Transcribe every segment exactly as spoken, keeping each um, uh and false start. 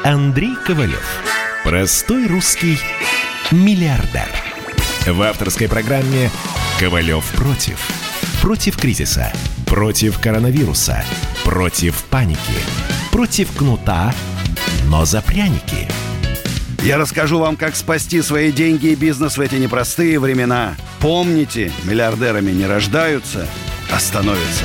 Андрей Ковалев. Простой русский миллиардер. В авторской программе «Ковалев против». Против кризиса, против коронавируса, против паники, против кнута, но за пряники. Я расскажу вам, как спасти свои деньги и бизнес в эти непростые времена. Помните, миллиардерами не рождаются, а становятся.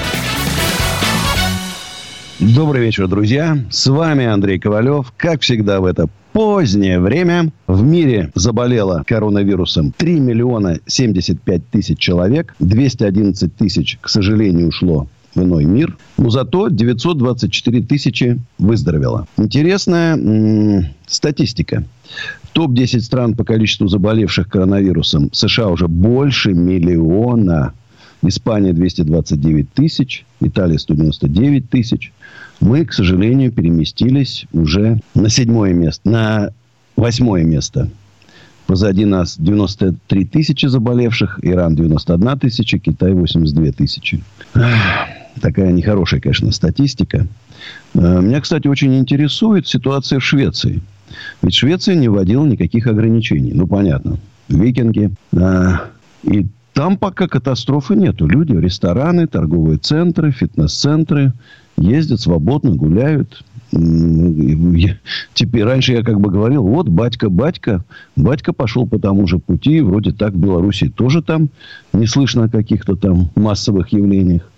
Добрый вечер, друзья. С вами Андрей Ковалев. Как всегда в это позднее время в мире заболело коронавирусом три миллиона семьдесят пять тысяч человек. двести одиннадцать тысяч, к сожалению, ушло в иной мир. Но зато девятьсот двадцать четыре тысячи выздоровело. Интересная м- статистика. топ десять стран по количеству заболевших коронавирусом. США уже больше миллиона. Испания двести двадцать девять тысяч. Италия сто девяносто девять тысяч. Мы, к сожалению, переместились уже на седьмое место. На восьмое место. Позади нас девяносто три тысячи заболевших. Иран девяносто одна тысяча. Китай восемьдесят две тысячи. Такая нехорошая, конечно, статистика. Меня, кстати, очень интересует ситуация в Швеции. Ведь Швеция не вводила никаких ограничений. Ну, понятно. Викинги. И там пока катастрофы нету. Люди, рестораны, торговые центры, фитнес-центры ездят свободно, гуляют. Теперь раньше я как бы говорил, вот батька, батька, батька пошел по тому же пути. Вроде так в Беларуси тоже там не слышно о каких-то там массовых явлениях.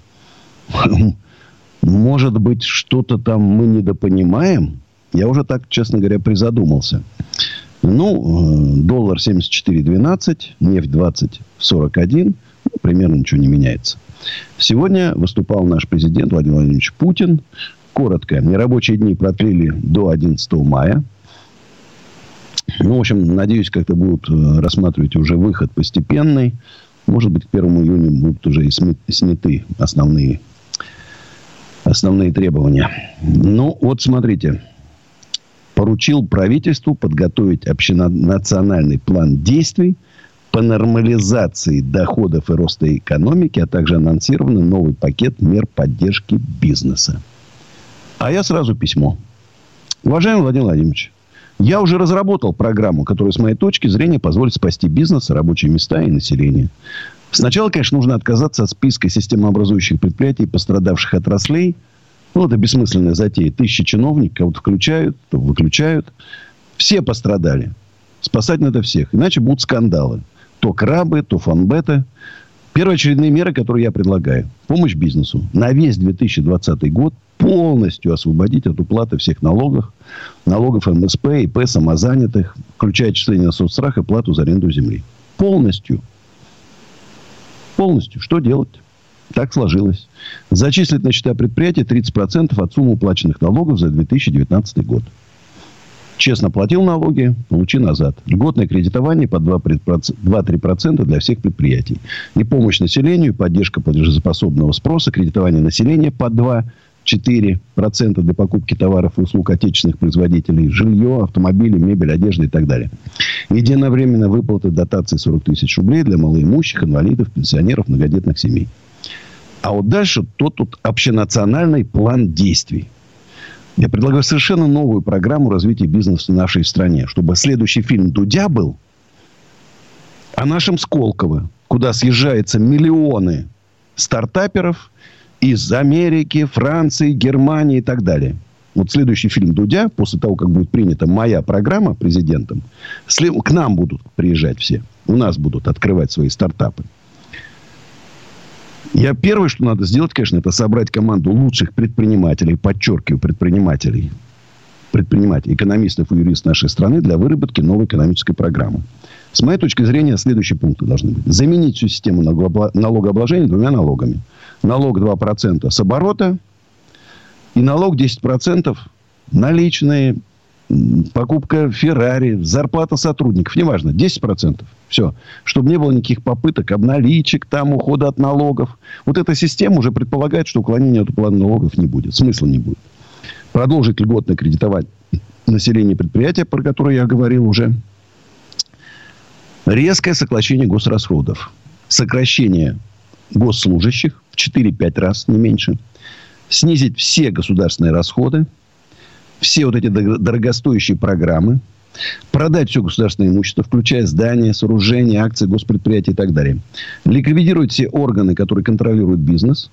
Может быть, что-то там мы недопонимаем? Я уже так, честно говоря, призадумался. Ну, доллар семьдесят четыре двенадцать, нефть двадцать сорок один. Ну, примерно ничего не меняется. Сегодня выступал наш президент Владимир Владимирович Путин. Коротко, нерабочие дни продлили до одиннадцатого мая. Ну, в общем, надеюсь, как-то будут рассматривать уже выход постепенный. Может быть, к первому июня будут уже и сняты основные, основные требования. Ну, вот смотрите. Поручил правительству подготовить общенациональный план действий по нормализации доходов и роста экономики, а также анонсирован новый пакет мер поддержки бизнеса. А я сразу письмо. Уважаемый Владимир Владимирович, я уже разработал программу, которая, с моей точки зрения, позволит спасти бизнес, рабочие места и население. Сначала, конечно, нужно отказаться от списка системообразующих предприятий, пострадавших отраслей. Ну, это бессмысленная затея. Тысячи чиновников кого-то включают, то выключают. Все пострадали. Спасать надо всех. Иначе будут скандалы. То крабы, то фонбеты. Первоочередные меры, которые я предлагаю. Помощь бизнесу. На весь две тысячи двадцатый год полностью освободить от уплаты всех налогов. Налогов эм эс пэ, и пэ, самозанятых. Включая отчисления на соцстрах и плату за аренду земли. Полностью. Полностью. Что делать? Так сложилось. Зачислить на счета предприятия тридцать процентов от суммы уплаченных налогов за две тысячи девятнадцатый год. Честно платил налоги, получи назад. Льготное кредитование по два-три процента для всех предприятий. И помощь населению, поддержка платежеспособного спроса, кредитование населения по два-четыре процента для покупки товаров и услуг отечественных производителей, жилье, автомобили, мебель, одежда и так далее. Единовременно выплаты дотации сорок тысяч рублей для малоимущих, инвалидов, пенсионеров, многодетных семей. А вот дальше тот тут общенациональный план действий. Я предлагаю совершенно новую программу развития бизнеса в нашей стране. Чтобы следующий фильм Дудя был о нашем Сколково, куда съезжаются миллионы стартаперов из Америки, Франции, Германии и так далее. Вот следующий фильм Дудя, после того, как будет принята моя программа президентом, к нам будут приезжать все. У нас будут открывать свои стартапы. Я первое, что надо сделать, конечно, это собрать команду лучших предпринимателей, подчеркиваю, предпринимателей, предпринимателей, экономистов и юристов нашей страны для выработки новой экономической программы. С моей точки зрения, следующие пункты должны быть. Заменить всю систему налогообложения двумя налогами. Налог два процента с оборота и налог десять процентов наличные, покупка Феррари, зарплата сотрудников, неважно, десять процентов. Все. Чтобы не было никаких попыток обналичек, там, ухода от налогов. Вот эта система уже предполагает, что уклонения от уплаты налогов не будет. Смысла не будет. Продолжить льготное кредитование населения предприятия, про которое я говорил уже. Резкое сокращение госрасходов. Сокращение госслужащих в четыре-пять раз, не меньше. Снизить все государственные расходы. все вот эти дорогостоящие программы, продать все государственное имущество, включая здания, сооружения, акции, госпредприятия и так далее. Ликвидировать все органы, которые контролируют бизнес.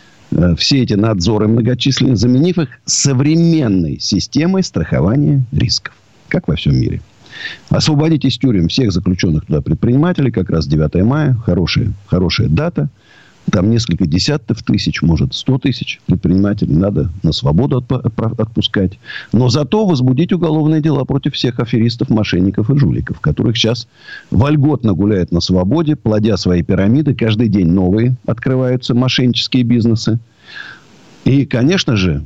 Все эти надзоры многочисленные, заменив их современной системой страхования рисков. Как во всем мире. Освободить из тюрем всех заключенных туда предпринимателей. Как раз девятое мая. Хорошая, хорошая дата. Там несколько десятков тысяч, может, сто тысяч предпринимателей надо на свободу отпускать. Но зато возбудить уголовные дела против всех аферистов, мошенников и жуликов, которых сейчас вольготно гуляют на свободе, плодя свои пирамиды. Каждый день новые открываются мошеннические бизнесы. И, конечно же,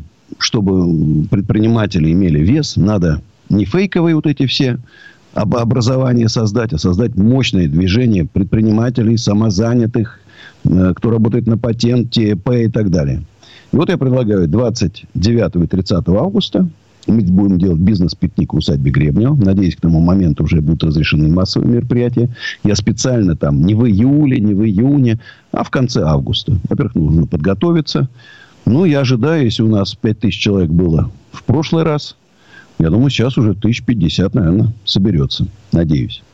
чтобы предприниматели имели вес, надо не фейковые вот эти все образования создать, а создать мощное движение предпринимателей, самозанятых, кто работает на патенте, ИП и так далее. И вот я предлагаю двадцать девятого и тридцатого августа мы будем делать бизнес-пикник в усадьбе Гребнева. Надеюсь, к тому моменту уже будут разрешены массовые мероприятия. Я специально там не в июле, не в июне, а в конце августа. Во-первых, нужно подготовиться. Ну, я ожидаю, если у нас пять тысяч человек было в прошлый раз, я думаю, сейчас уже тысяч пятьдесят, наверное, соберется. Надеюсь.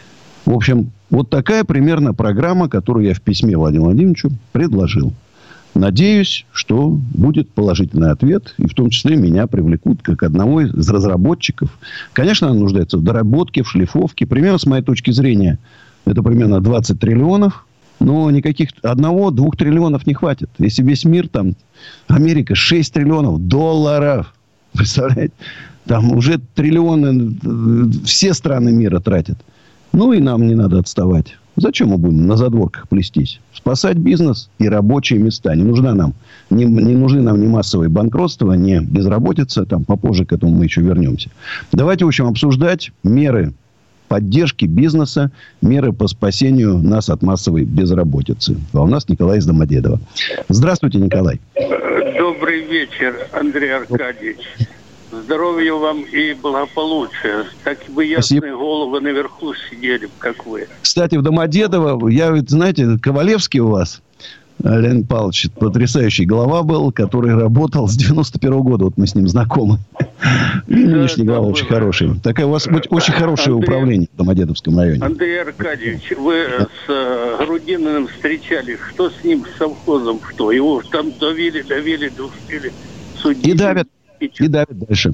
В общем, вот такая примерно программа, которую я в письме Владимиру Владимировичу предложил. Надеюсь, что будет положительный ответ. И в том числе меня привлекут как одного из разработчиков. Конечно, она нуждается в доработке, в шлифовке. Примерно, с моей точки зрения, это примерно двадцать триллионов. Но никаких одного-двух триллионов не хватит. Если весь мир, там, Америка, шесть триллионов долларов. Представляете? Там уже триллионы все страны мира тратят. Ну, и нам не надо отставать. Зачем мы будем на задворках плестись? Спасать бизнес и рабочие места. Не нужна нам, не, не нужны нам ни массовые банкротства, ни безработица. Там попозже к этому мы еще вернемся. Давайте, в общем, обсуждать меры поддержки бизнеса, меры по спасению нас от массовой безработицы. А у нас Николай из Домодедово. Здравствуйте, Николай. Добрый вечер, Андрей Аркадьевич. Здоровья вам и благополучия. Так бы ясные Спасибо. Головы наверху сидели, как вы. Кстати, в Домодедово, я ведь, знаете, Ковалевский у вас, Леонид Павлович, потрясающий глава был, который работал с девяносто первого года. Вот мы с ним знакомы. И нынешний глава очень хороший. Такая у вас очень хорошее управление в Домодедовском районе. Андрей Аркадьевич, вы с Грудининым встречались. Что с ним, с совхозом, что? Его там давили, давили, душили, судили. И давят. И давят дальше.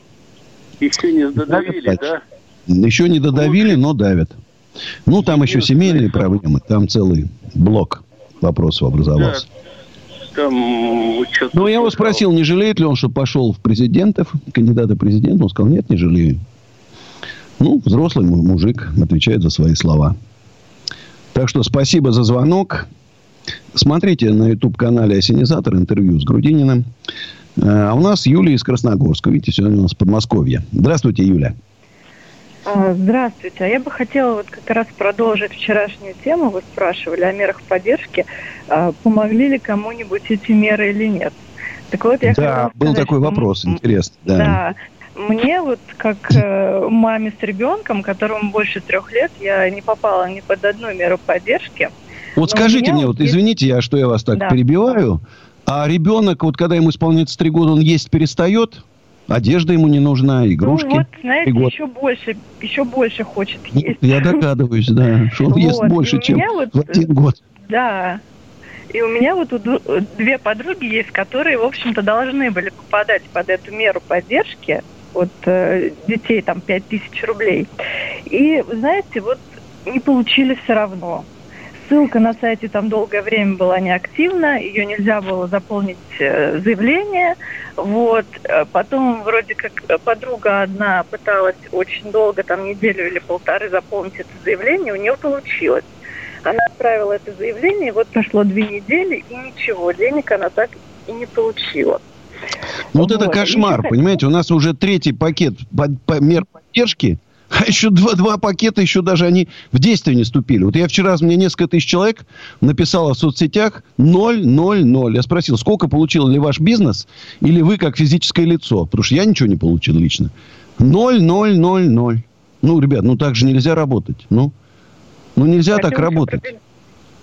Еще не додавили, да? Еще не додавили, но давят. Ну, там еще семейные проблемы. Там целый блок вопросов образовался. Да, там... Ну, я его спросил, не жалеет ли он, что пошел в президентов, кандидата в президента. Он сказал, нет, не жалею. Ну, взрослый мужик отвечает за свои слова. Так что спасибо за звонок. Смотрите на YouTube-канале «Осенизатор» интервью с Грудининым. А у нас Юлия из Красногорска. Видите, сегодня у нас Подмосковье. Здравствуйте, Юля. Здравствуйте. А я бы хотела вот как раз продолжить вчерашнюю тему. Вы спрашивали о мерах поддержки. Помогли ли кому-нибудь эти меры или нет? Так вот, я да, был сказать, такой вопрос, интересно. Да. да. Мне вот как маме с ребенком, которому больше трех лет, я не попала ни под одну меру поддержки. Вот скажите мне, вот извините, я, что я вас так да. перебиваю. А ребенок, вот когда ему исполняется три года, он есть перестает? Одежда ему не нужна, игрушки? Ну, вот, знаете, еще больше, еще больше хочет есть. Я догадываюсь, да, что он вот. ест больше, чем вот, в один год. Да. И у меня вот две подруги есть, которые, в общем-то, должны были попадать под эту меру поддержки. Вот детей там пять тысяч рублей. И, знаете, вот не получили все равно. Ссылка на сайте там долгое время была неактивна, ее нельзя было заполнить заявление. Вот. Потом вроде как подруга одна пыталась очень долго, там неделю или полторы заполнить это заявление, у нее получилось. Она отправила это заявление, и вот прошло две недели, и ничего, денег она так и не получила. Ну вот, вот это кошмар, и... понимаете, у нас уже третий пакет мер поддержки. А еще два, два пакета, еще даже они в действие не вступили. Вот я вчера, мне несколько тысяч человек написало в соцсетях ноль ноль ноль. Я спросил, сколько получил ли ваш бизнес или вы как физическое лицо? Потому что я ничего не получил лично. ноль ноль ноль ноль. Ну, ребят, ну так же нельзя работать. Ну, ну нельзя Хотим так работать.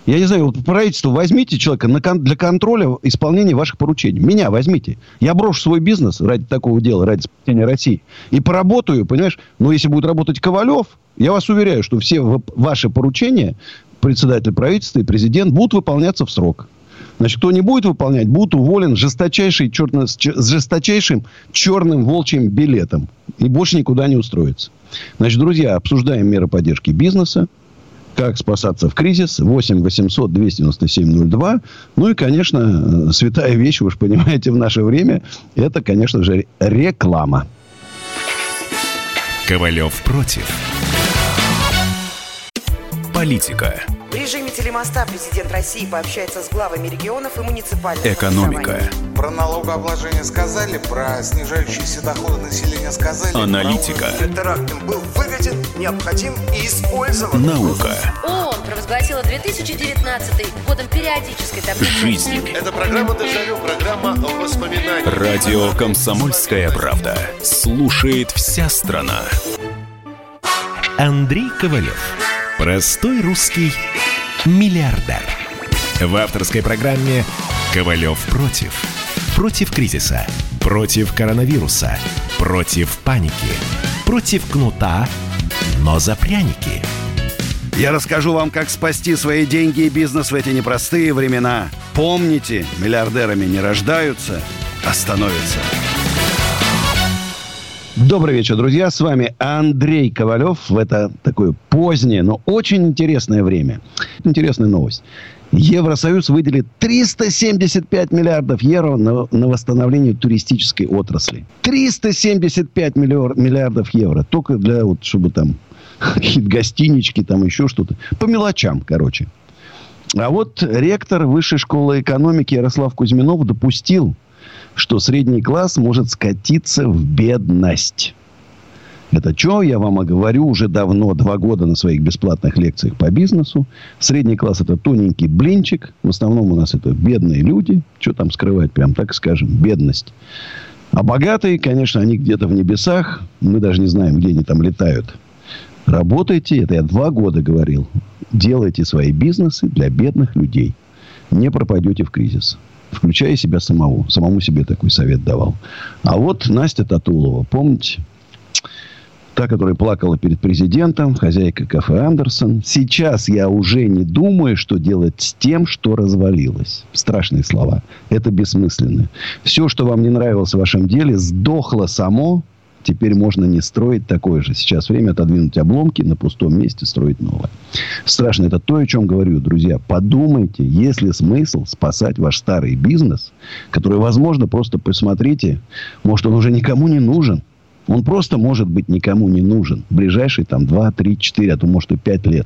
Я не знаю, вот правительство, возьмите человека на кон- для контроля исполнения ваших поручений. Меня возьмите. Я брошу свой бизнес ради такого дела, ради спасения России. И поработаю, понимаешь? Но если будет работать Ковалев, я вас уверяю, что все в- ваши поручения, председатель правительства и президент, будут выполняться в срок. Значит, кто не будет выполнять, будет уволен жесточайший, черно, с жесточайшим черным волчьим билетом. И больше никуда не устроится. Значит, друзья, обсуждаем меры поддержки бизнеса. Как спасаться в кризис. восемь восемьсот двести девяносто семь ноль два. Ну и, конечно, святая вещь, вы же понимаете, в наше время. Это, конечно же, реклама. Ковалев против. Политика. В режиме телемоста президент России пообщается с главами регионов и муниципальных Экономика. Про налогообложение сказали, про снижающиеся доходы населения сказали. Аналитика. Теракт был выгоден, необходим и использован. Наука. ООН провозгласила две тысячи девятнадцатый годом периодической таблицы. Жизнь. Это программа «Дежавю», программа воспоминаний. Радио «Комсомольская правда». Слушает вся страна. Андрей Ковалев. Простой русский миллиардер. В авторской программе «Ковалев против». Против кризиса. Против коронавируса. Против паники. Против кнута, но за пряники. Я расскажу вам, как спасти свои деньги и бизнес в эти непростые времена. Помните, миллиардерами не рождаются, а становятся. Добрый вечер, друзья. С вами Андрей Ковалев. В это такое позднее, но очень интересное время. Интересная новость. Евросоюз выделит триста семьдесят пять миллиардов евро на, на восстановление туристической отрасли. триста семьдесят пять миллиардов евро. Только для, вот, чтобы там какие-то гостинички, там еще что-то. По мелочам, короче. А вот ректор Высшей школы экономики Ярослав Кузьминов допустил, что средний класс может скатиться в бедность. Это что, я вам говорю уже давно, два года на своих бесплатных лекциях по бизнесу. Средний класс – это тоненький блинчик. В основном у нас это бедные люди. Что там скрывать, прям так скажем, бедность. А богатые, конечно, они где-то в небесах. Мы даже не знаем, где они там летают. Работайте, это я два года говорил. Делайте свои бизнесы для бедных людей. Не пропадете в кризис. Включая себя самого. Самому себе такой совет давал. А вот Настя Татулова, помните? Та, которая плакала перед президентом, хозяйка кафе «Андерсон». Сейчас я уже не думаю, что делать с тем, что развалилось. Страшные слова. Это бессмысленно. Все, что вам не нравилось в вашем деле, сдохло само. Теперь можно не строить такое же. Сейчас время отодвинуть обломки, на пустом месте строить новое. Страшно. Это то, о чем говорю, друзья. Подумайте, есть ли смысл спасать ваш старый бизнес, который, возможно, просто посмотрите, может, он уже никому не нужен. Он просто, может быть, никому не нужен. В ближайшие там два, три, четыре, а то, может, и пять лет.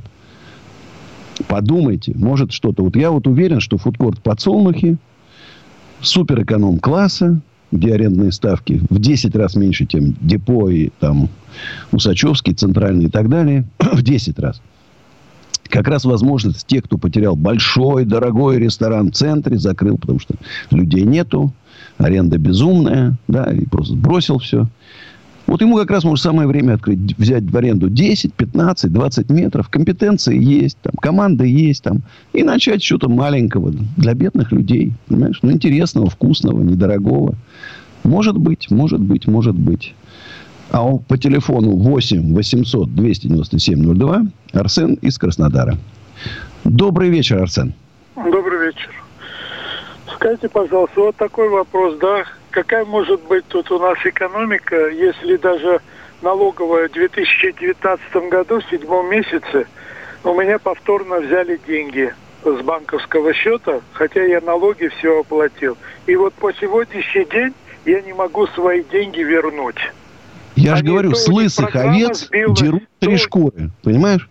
Подумайте. Может, что-то... Вот я вот уверен, что фудкорт «Подсолнухи» супер эконом-класса, где арендные ставки в десять раз меньше, чем Депо и там Усачевский, Центральный и так далее. В десять раз. Как раз возможность тех, кто потерял большой, дорогой ресторан в центре, закрыл, потому что людей нету. Аренда безумная. Да, и просто бросил все. Вот ему как раз может самое время открыть, взять в аренду десять, пятнадцать, двадцать метров. Компетенции есть, там, команда есть. Там, и начать что-то маленького для бедных людей. Понимаешь? Ну, интересного, вкусного, недорогого. Может быть, может быть, может быть. А он по телефону восемь восемьсот двести девяносто семь ноль два Арсен из Краснодара. Добрый вечер, Арсен. Добрый вечер. Скажите, пожалуйста, вот такой вопрос, да? Какая может быть тут у нас экономика, если даже налоговая в две тысячи девятнадцатом году, в седьмом месяце, у меня повторно взяли деньги с банковского счета, хотя я налоги все оплатил. И вот по сегодняшний день я не могу свои деньги вернуть. Я же говорю, с лысых овец дерут три шкуры. Понимаешь?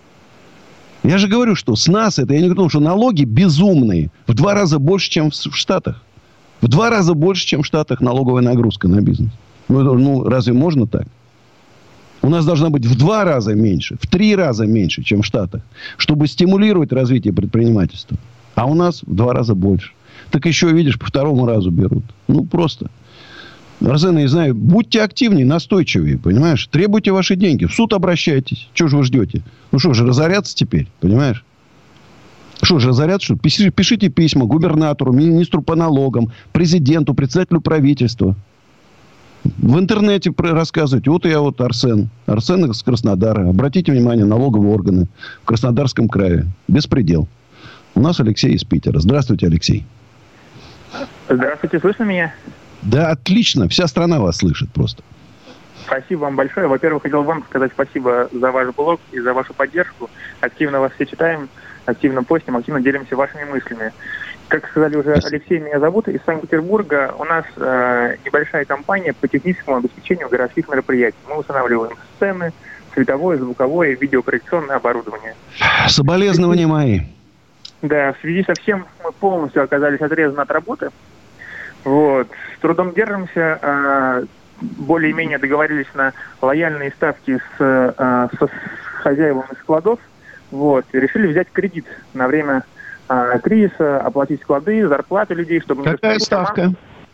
Я же говорю, что с нас это... Я не говорю, что налоги безумные. В два раза больше, чем в Штатах. В два раза больше, чем в Штатах налоговая нагрузка на бизнес. Ну, ну, разве можно так? У нас должна быть в два раза меньше, в три раза меньше, чем в Штатах, чтобы стимулировать развитие предпринимательства. А у нас в два раза больше. Так еще, видишь, по второму разу берут. Ну, просто. Арсен, я не знаю, будьте активнее, настойчивее, понимаешь? Требуйте ваши деньги. В суд обращайтесь. Чего же вы ждете? Ну что же, разоряться теперь, понимаешь? Что же, разорят, что? Пишите, пишите письма губернатору, министру по налогам, президенту, председателю правительства. В интернете рассказывайте. Вот я вот Арсен. Арсен из Краснодара. Обратите внимание, налоговые органы в Краснодарском крае. Беспредел. У нас Алексей из Питера. Здравствуйте, Алексей. Здравствуйте, слышно меня? Да, отлично. Вся страна вас слышит просто. Спасибо вам большое. Во-первых, хотел вам сказать спасибо за ваш блог и за вашу поддержку. Активно вас все читаем, активно постим, активно делимся вашими мыслями. Как сказали уже, Алексей меня зовут, из Санкт-Петербурга. У нас э, небольшая компания по техническому обеспечению городских мероприятий. Мы устанавливаем сцены, световое, звуковое, видеопроекционное оборудование. Соболезнования мои. Да, в связи со всем мы полностью оказались отрезаны от работы. Вот. С трудом держимся. Э, более-менее договорились на лояльные ставки с, э, с хозяевами складов. Вот. И решили взять кредит на время кризиса, оплатить склады, зарплаты людей, чтобы... Какая ставка?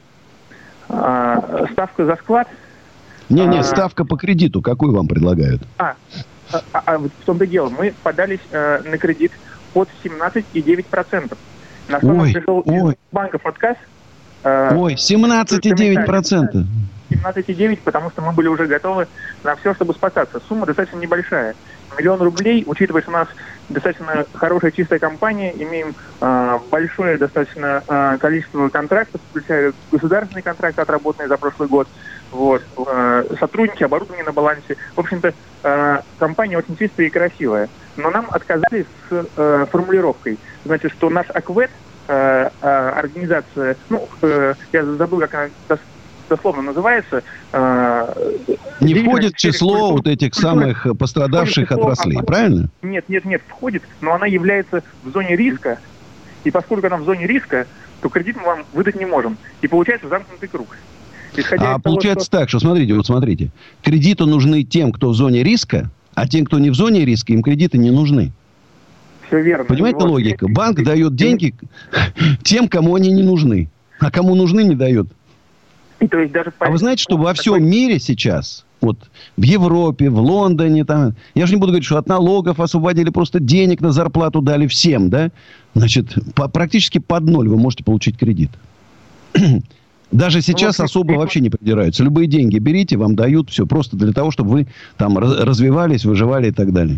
А, ставка за склад. Не-не, а, ставка по кредиту. Какую вам предлагают? А, а, а в том-то дело. Мы подались а, на кредит под семнадцать целых девять десятых процента. На что нам пришел из банков отказ. А, ой, семнадцать целых девять десятых процента. семнадцать целых девять десятых, потому что мы были уже готовы на все, чтобы спасаться. Сумма достаточно небольшая. Миллион рублей, учитывая, что у нас достаточно хорошая чистая компания, имеем э, большое достаточно э, количество контрактов, включая государственные контракты, отработанные за прошлый год, вот, э, сотрудники, оборудование на балансе. В общем-то, э, компания очень чистая и красивая. Но нам отказали с э, формулировкой. Значит, что наш АКВЭД, э, э, организация, ну, э, я забыл, как она дословно называется... Э, не входит в число вот этих самых пострадавших отраслей, правильно? Нет, нет, нет, входит, но она является в зоне риска. И поскольку она в зоне риска, то кредит мы вам выдать не можем. И получается замкнутый круг. Исходя а получается того, что... так, что смотрите, вот смотрите. Кредиты нужны тем, кто в зоне риска, а тем, кто не в зоне риска, им кредиты не нужны. Все верно. Понимаете вот. Логика? Банк дает деньги тем, кому они не нужны. А кому нужны, не дает. И то есть даже а вы знаете, что во всем такой... мире сейчас, вот в Европе, в Лондоне, там, я же не буду говорить, что от налогов освободили, просто денег на зарплату дали всем, да? Значит, по, практически под ноль вы можете получить кредит. Даже сейчас ну, вот, особо и... вообще не придираются. Любые деньги берите, вам дают все просто для того, чтобы вы там развивались, выживали и так далее.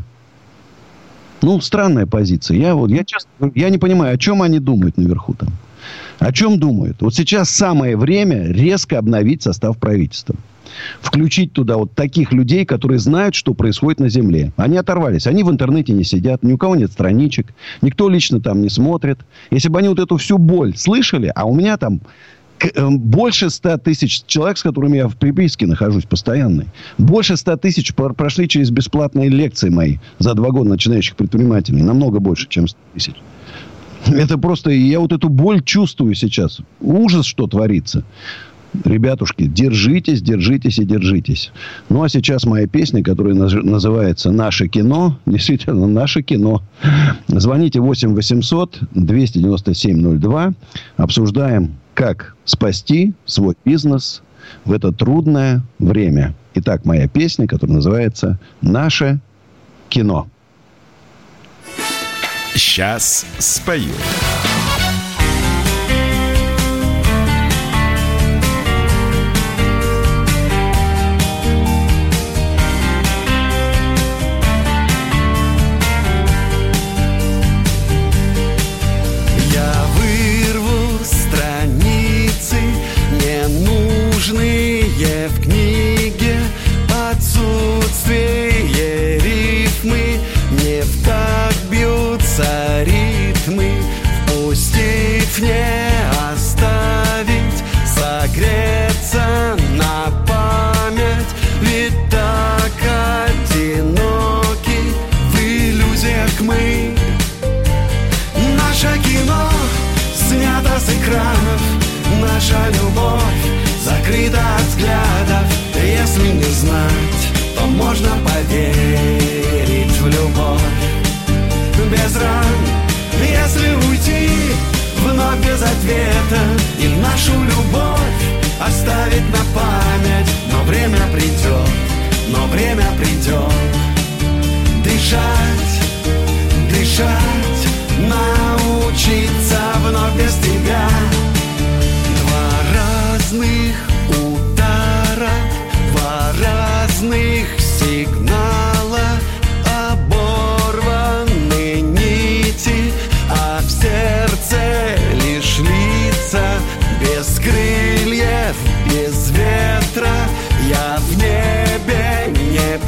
Ну, странная позиция. Я, вот, я, честно, я не понимаю, о чем они думают наверху там. О чем думают? Вот сейчас самое время резко обновить состав правительства. Включить туда вот таких людей, которые знают, что происходит на земле. Они оторвались. Они в интернете не сидят. Ни у кого нет страничек. Никто лично там не смотрит. Если бы они вот эту всю боль слышали, а у меня там больше ста тысяч человек, с которыми я в приписке нахожусь постоянной. Больше ста тысяч прошли через бесплатные лекции мои за два года начинающих предпринимателей. Намного больше, чем сто тысяч. Это просто... Я вот эту боль чувствую сейчас. Ужас, что творится. Ребятушки, держитесь, держитесь и держитесь. Ну, а сейчас моя песня, которая называется «Наше кино». Действительно, «Наше кино». Звоните восемь восемьсот двести девяносто семь ноль два. Обсуждаем, как спасти свой бизнес в это трудное время. Итак, моя песня, которая называется «Наше кино». Сейчас спою. Я вырву страницы, ненужные в книге, отсутствие рифмы, не в так бьются ритмы, впустив, не оставить, согреться на память, ведь так одиноки в иллюзиях мы. Наше кино снято с экранов, наша любовь закрыта от взглядов. Если не знать, то можно поверить в любовь без ран. Если уйти вновь без ответа и нашу любовь оставить на память, но время придет, но время придет. Дышать, дышать на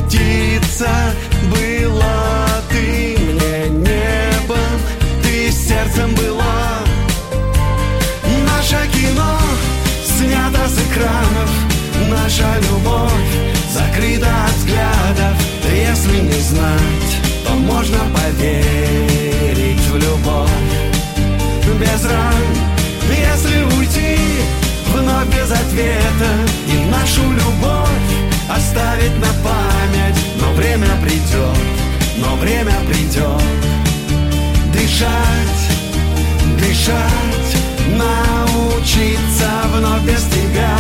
птица, была ты мне небом, ты сердцем была. Наше кино снято с экранов, наша любовь закрыта от взглядов. Если не знать, то можно поверить в любовь без ран. Если уйти вновь без ответа и нашу любовь оставить на память, но время придет, но время придет. Дышать, дышать, научиться вновь без тебя.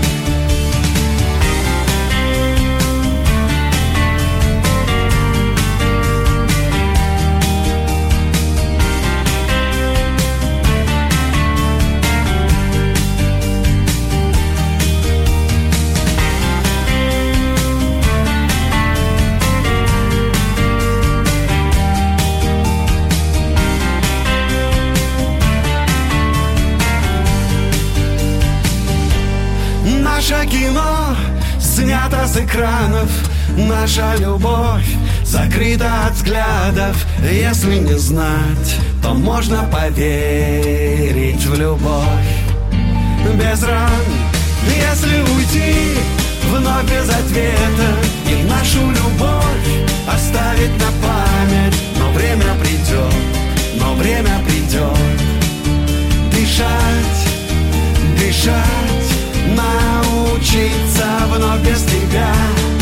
Наше кино снято с экранов, наша любовь закрыта от взглядов. Если не знать, то можно поверить в любовь без ран. Если уйти вновь без ответа и нашу любовь оставить на память, но время придет, но время придет. Дышать, дышать, научиться вновь без тебя.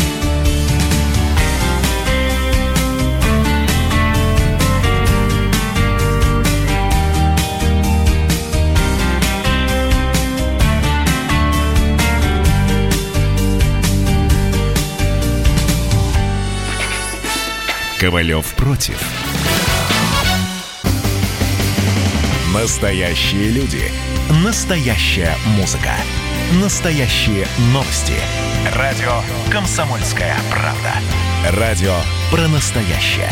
Ковалев против. Настоящие люди. Настоящая музыка. Настоящие новости. Радио «Комсомольская правда». Радио про настоящее.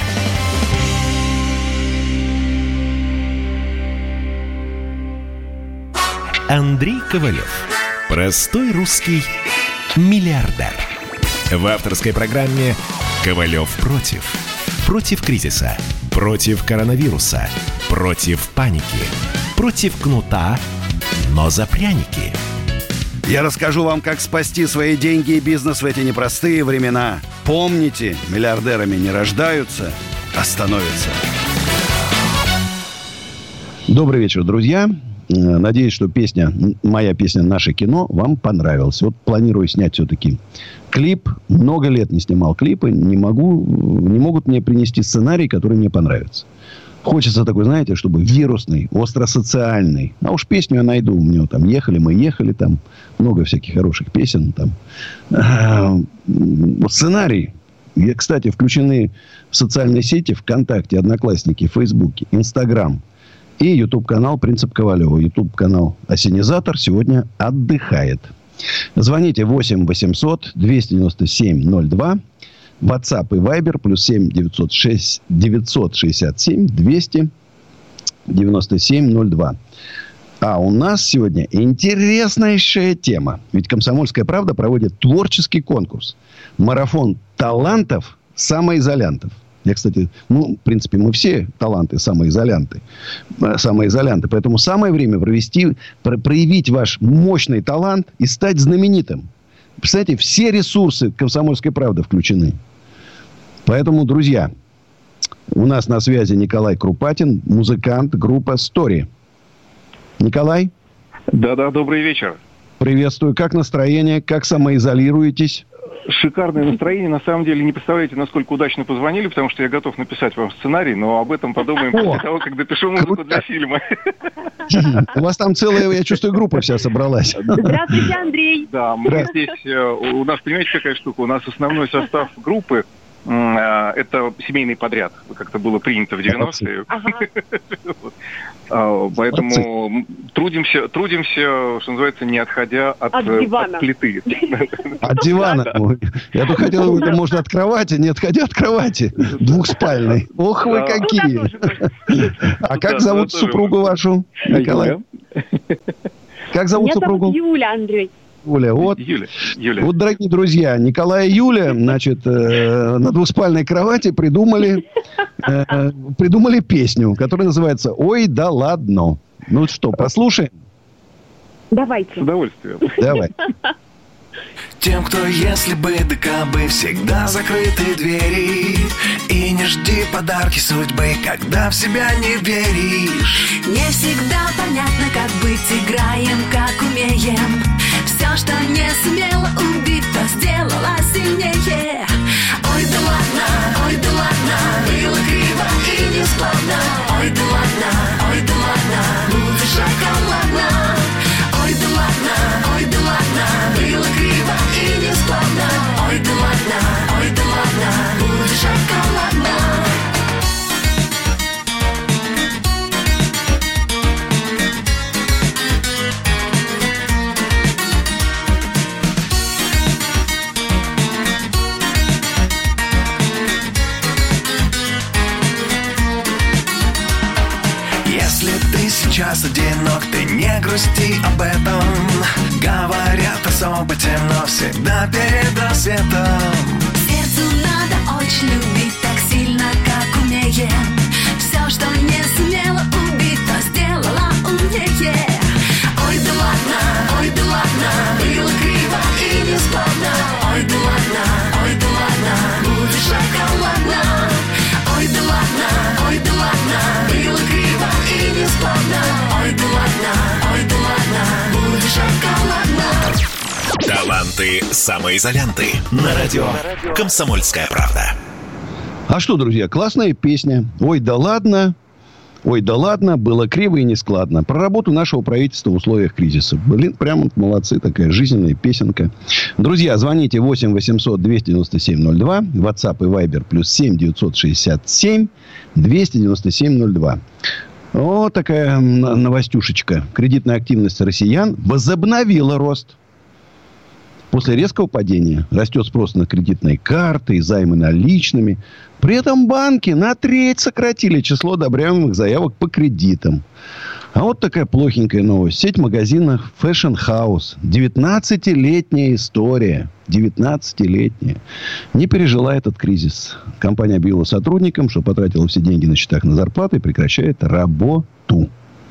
Андрей Ковалев. Простой русский миллиардер. В авторской программе «Ковалев против». Против кризиса. Против коронавируса. Против паники. Против кнута, но за пряники. Я расскажу вам, как спасти свои деньги и бизнес в эти непростые времена. Помните, миллиардерами не рождаются, а становятся. Добрый вечер, друзья. Надеюсь, что песня, моя песня «Наше кино» вам понравилась. Вот планирую снять все-таки клип. Много лет не снимал клипы. Не могу, не могут мне принести сценарий, который мне понравится. Хочется такой, знаете, чтобы вирусный, остросоциальный. А уж песню я найду. У меня там «Ехали мы, ехали». Там много всяких хороших песен. Там. Сценарий. И, кстати, включены в социальные сети ВКонтакте, Одноклассники, Фейсбуке, Инстаграм. И YouTube-канал «Принцип Ковалева». YouTube-канал «Осенизатор» сегодня отдыхает. Звоните восемь восемьсот двести девяносто семь ноль два. WhatsApp и Viber плюс семь девятьсот шесть девятьсот шестьдесят семь двести девяносто семь ноль два. А у нас сегодня интереснейшая тема. Ведь «Комсомольская правда» проводит творческий конкурс. Марафон талантов самоизолянтов. Я, кстати, ну, в принципе, мы все таланты самоизолянты. Самоизолянты. Поэтому самое время провести, проявить ваш мощный талант и стать знаменитым. Представляете, все ресурсы «Комсомольской правды» включены. Поэтому, друзья, у нас на связи Николай Крупатин, музыкант, группа «Стори». Николай? Да-да, добрый вечер. Приветствую. Как настроение? Как самоизолируетесь? Шикарное настроение. На самом деле, не представляете, насколько удачно позвонили, потому что я готов написать вам сценарий, но об этом подумаем после того, как допишу музыку для фильма. У вас там целая, я чувствую, группа вся собралась. Здравствуйте, Андрей. Да, мы здесь, у нас, понимаете, какая штука? У нас основной состав группы — это семейный подряд, как-то было принято в девяностые. Ага. Поэтому трудимся, трудимся, что называется, не отходя от, от, от плиты. От дивана. Я тут хотел, это можно от кровати, не отходя от кровати. Двухспальной. Ох вы какие. А как зовут супругу вашу, Николай? Как зовут супругу? Меня зовут Юля, Андрей. Юля. Вот, Юля, Юля. Вот, дорогие друзья, Николай и Юля, значит, э, на двуспальной кровати придумали, э, придумали песню, которая называется «Ой, да ладно». Ну что, послушаем? Давайте. С удовольствием. Давай. Тем, кто если бы да кабы всегда закрыты двери. И не жди подарки судьбы, когда в себя не веришь. Не всегда понятно, как быть, играем, как умеем. Все, что не сумела убить, то сделала сильнее. Ой, да ладно, ой, да ладно, было криво и не складно. Ой, да ладно, ой, да ладно, будет шоколадно. Ой, да ладно, ой, да ладно, было криво и не складно. Ой, да ладно, ой, да ладно, будет шоколадно. Если ты сейчас одинок, ты не грусти об этом. Говорят, особо темно всегда перед рассветом. Сердцу надо очень любить так сильно, как умеем. Все, что не сумела убить, то сделала умнее. Ой, да ладно, ой, да ладно, было криво и не складно. Ой, да ладно, ой, да ладно, будет шоколадно. Ой, да ладно, ой, да ладно, было криво и не складно. Ой, да ладно, ой, да ладно, будет шоколадно. Таланты самоизолянты на радио «Комсомольская правда». А что, друзья, классная песня. Ой, да ладно. Ой, да ладно, было криво и нескладно. Про работу нашего правительства в условиях кризиса. Блин, прям молодцы, такая жизненная песенка. Друзья, звоните восемь восемьсот двести девяносто семь ноль два. WhatsApp и Viber плюс семь девятьсот шестьдесят семь двести девяносто семь ноль два. Вот такая новостюшечка. Кредитная активность россиян возобновила рост. После резкого падения растет спрос на кредитные карты и займы наличными. При этом банки на треть сократили число одобряемых заявок по кредитам. А вот такая плохенькая новость. Сеть магазинов Fashion House. девятнадцатилетняя история. девятнадцатилетняя. Не пережила этот кризис. Компания объявила сотрудникам, что потратила все деньги на счетах на зарплаты и прекращает работу.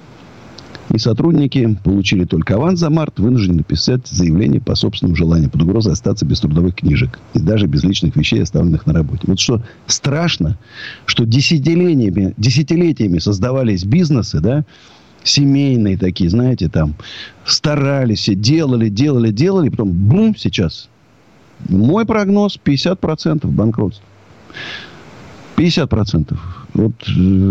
И сотрудники получили только аванс за март, вынуждены написать заявление по собственному желанию под угрозой остаться без трудовых книжек и даже без личных вещей, оставленных на работе. Вот что страшно, что десятилетиями, десятилетиями создавались бизнесы, да, семейные такие, знаете, там, старались, делали, делали, делали, и потом бум, сейчас. Мой прогноз пятьдесят процентов банкротства. пятьдесят процентов. Вот, э,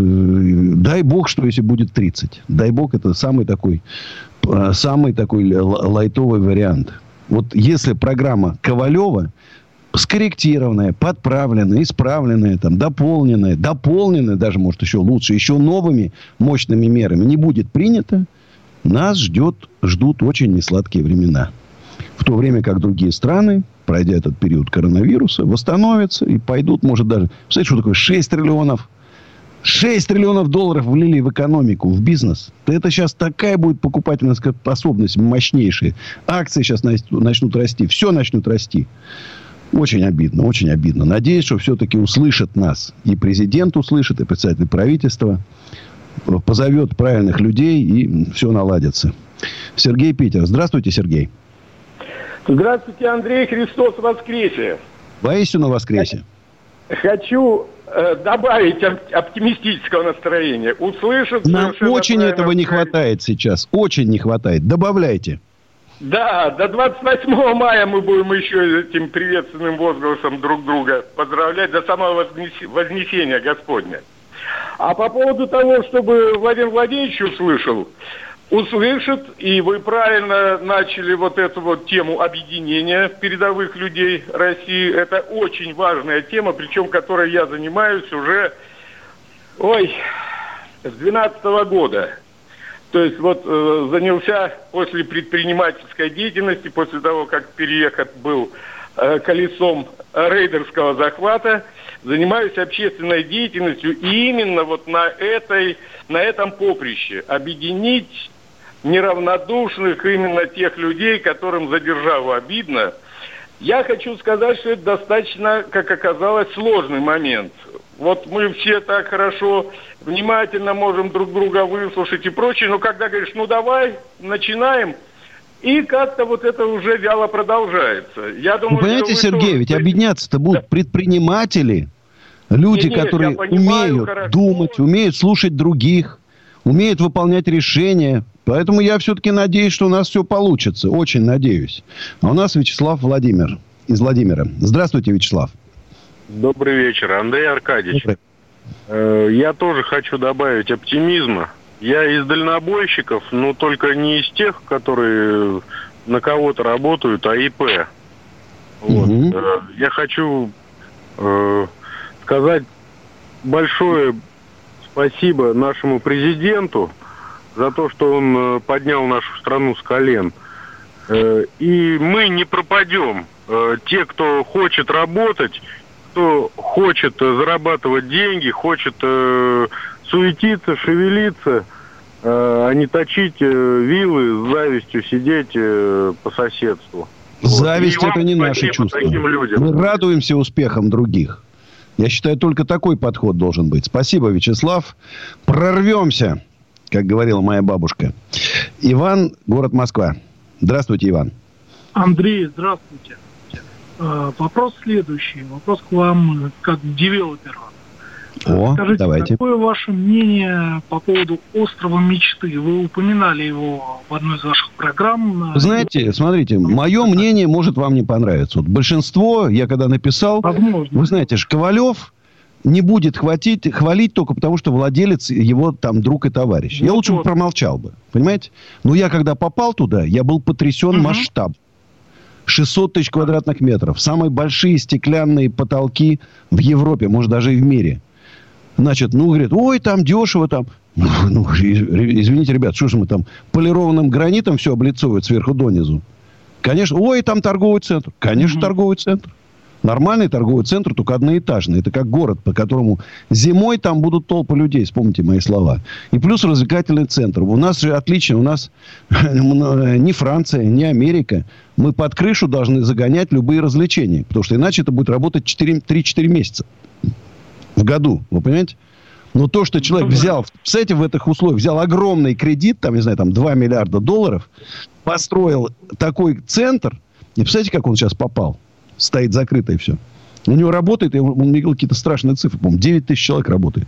дай бог, что если будет тридцать. Дай бог, это самый такой, э, самый такой лайтовый вариант. Вот если программа Ковалева скорректированная, подправленная, исправленная, там, дополненная, дополненная, даже, может, еще лучше, еще новыми мощными мерами не будет принята, нас ждет, ждут очень несладкие времена. В то время как другие страны, пройдя этот период коронавируса, восстановятся и пойдут, может, даже... Представляете, что такое шесть триллионов? шесть триллионов долларов влили в экономику, в бизнес. Это сейчас такая будет покупательная способность мощнейшая. Акции сейчас начнут расти. Все начнут расти. Очень обидно, очень обидно. Надеюсь, что все-таки услышат нас. И президент услышит, и председатель правительства. Позовет правильных людей, и все наладится. Сергей, Питер. Здравствуйте, Сергей. Здравствуйте, Андрей. Христос воскресе. Воистину воскресе. Хочу э, добавить оптимистического настроения. Услышат... Нам очень этого не хватает сейчас. Очень не хватает. Добавляйте. Да, до двадцать восьмого мая мы будем еще этим приветственным возгласом друг друга поздравлять до самого вознесения Господня. А по поводу того, чтобы Владимир Владимирович услышал, услышит, и вы правильно начали вот эту вот тему объединения передовых людей России. Это очень важная тема, причем которой я занимаюсь уже, ой, с двенадцатого года. То есть вот э, занялся после предпринимательской деятельности, после того, как переехать был э, колесом рейдерского захвата, занимаюсь общественной деятельностью и именно вот на этой, на этом поприще объединить неравнодушных, именно тех людей, которым за державу обидно. Я хочу сказать, что это достаточно, как оказалось, сложный момент. Вот мы все так хорошо, внимательно можем друг друга выслушать и прочее, но когда говоришь, ну давай, начинаем, и как-то вот это уже вяло продолжается. Я думаю, вы понимаете, что вы Сергей, тоже... ведь объединяться-то будут да. предприниматели, люди, нет, нет, которые понимаю, умеют хорошо. думать, умеют слушать других, умеют выполнять решения. Поэтому я все-таки надеюсь, что у нас все получится. Очень надеюсь. А у нас Вячеслав Владимир из Владимира. Здравствуйте, Вячеслав. Добрый вечер, Андрей Аркадьевич. Добрый. Я тоже хочу добавить оптимизма. Я из дальнобойщиков, но только не из тех, которые на кого-то работают, а ИП. Вот. Угу. Я хочу э, сказать большое спасибо нашему президенту за то, что он поднял нашу страну с колен. И мы не пропадем. Те, кто хочет работать, кто хочет зарабатывать деньги, хочет суетиться, шевелиться, а не точить вилы, с завистью сидеть по соседству. Зависть вот. Это не наше чувство. Мы радуемся успехам других. Я считаю, только такой подход должен быть. Спасибо, Вячеслав. Прорвемся, как говорила моя бабушка. Иван, город Москва. Здравствуйте, Иван. Андрей, здравствуйте. Вопрос следующий. Вопрос к вам как к девелоперу. О, Скажите, давайте. Какое ваше мнение по поводу острова мечты? Вы упоминали его в одной из ваших программ. Знаете, смотрите, мое мнение может вам не понравиться. Вот большинство, я когда написал, Возможно. Вы знаете, Ковалев не будет хватить, хвалить только потому, что владелец его там друг и товарищ. Вот я лучше вот. бы промолчал бы, понимаете? Но я когда попал туда, я был потрясен угу. масштабом. шестьсот тысяч квадратных метров. Самые большие стеклянные потолки в Европе, может, даже и в мире. Значит, ну, говорит, ой, там дешево, там. Ну, извините, ребят, что же мы там полированным гранитом все облицовывают сверху донизу? Конечно, ой, там торговый центр. Конечно, mm-hmm. торговый центр. Нормальный торговый центр, только одноэтажный. Это как город, по которому зимой там будут толпы людей, вспомните мои слова. И плюс развлекательный центр. У нас же отлично, у нас не Франция, не Америка. Мы под крышу должны загонять любые развлечения. Потому что иначе это будет работать три-четыре месяца в году. Вы понимаете? Но то, что человек взял, кстати, в этих условиях, взял огромный кредит, там, не знаю, там два миллиарда долларов, построил такой центр, и представляете, как он сейчас попал? Стоит закрыто и все. У него работает, он мне говорил какие-то страшные цифры, по-моему, девять тысяч человек работает.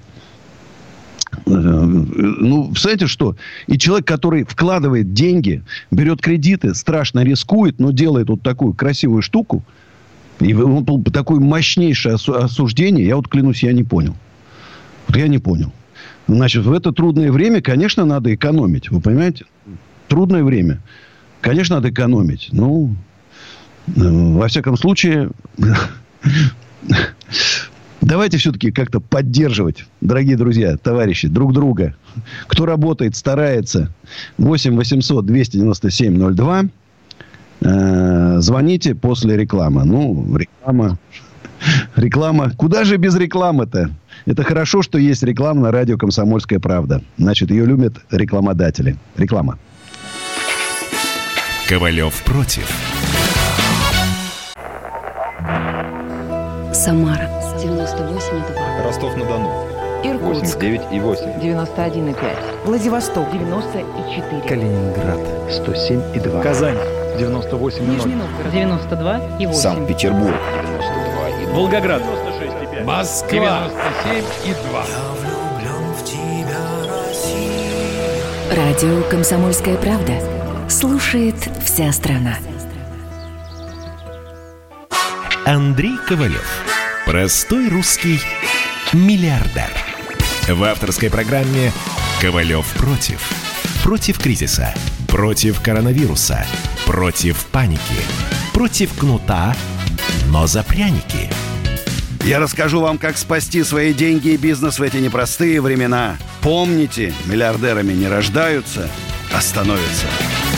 Ну, представляете, что? И человек, который вкладывает деньги, берет кредиты, страшно рискует, но делает вот такую красивую штуку, и он был такое мощнейшее осуждение, я вот клянусь, я не понял. Вот я не понял. Значит, в это трудное время, конечно, надо экономить. Вы понимаете? Трудное время. Конечно, надо экономить. Ну, во всяком случае, давайте все-таки как-то поддерживать, дорогие друзья, товарищи, друг друга. Кто работает, старается. восемь восемьсот двести девяносто семь ноль два. Звоните после рекламы. Ну, реклама. Реклама. Куда же без рекламы-то? Это хорошо, что есть реклама на радио «Комсомольская правда». Значит, ее любят рекламодатели. Реклама. Ковалев против. Самара девяносто восемь и два. Ростов-на-Дону Иркутск восемьдесят девять и восемь. девяносто один и пять. Владивосток девяносто и четыре. Калининград сто семь и два. Казань девяносто восемь и ноль. Нижний Новгород девяносто два и восемь. Санкт-Петербург девяносто два и ноль. Волгоград девяносто шесть и пять. Москва девяносто семь и два. Радио «Комсомольская правда». Слушает вся страна. Андрей Ковалев. Простой русский миллиардер. В авторской программе «Ковалев против». Против кризиса. Против коронавируса. Против паники. Против кнута, но за пряники. Я расскажу вам, как спасти свои деньги и бизнес в эти непростые времена. Помните, миллиардерами не рождаются, а становятся.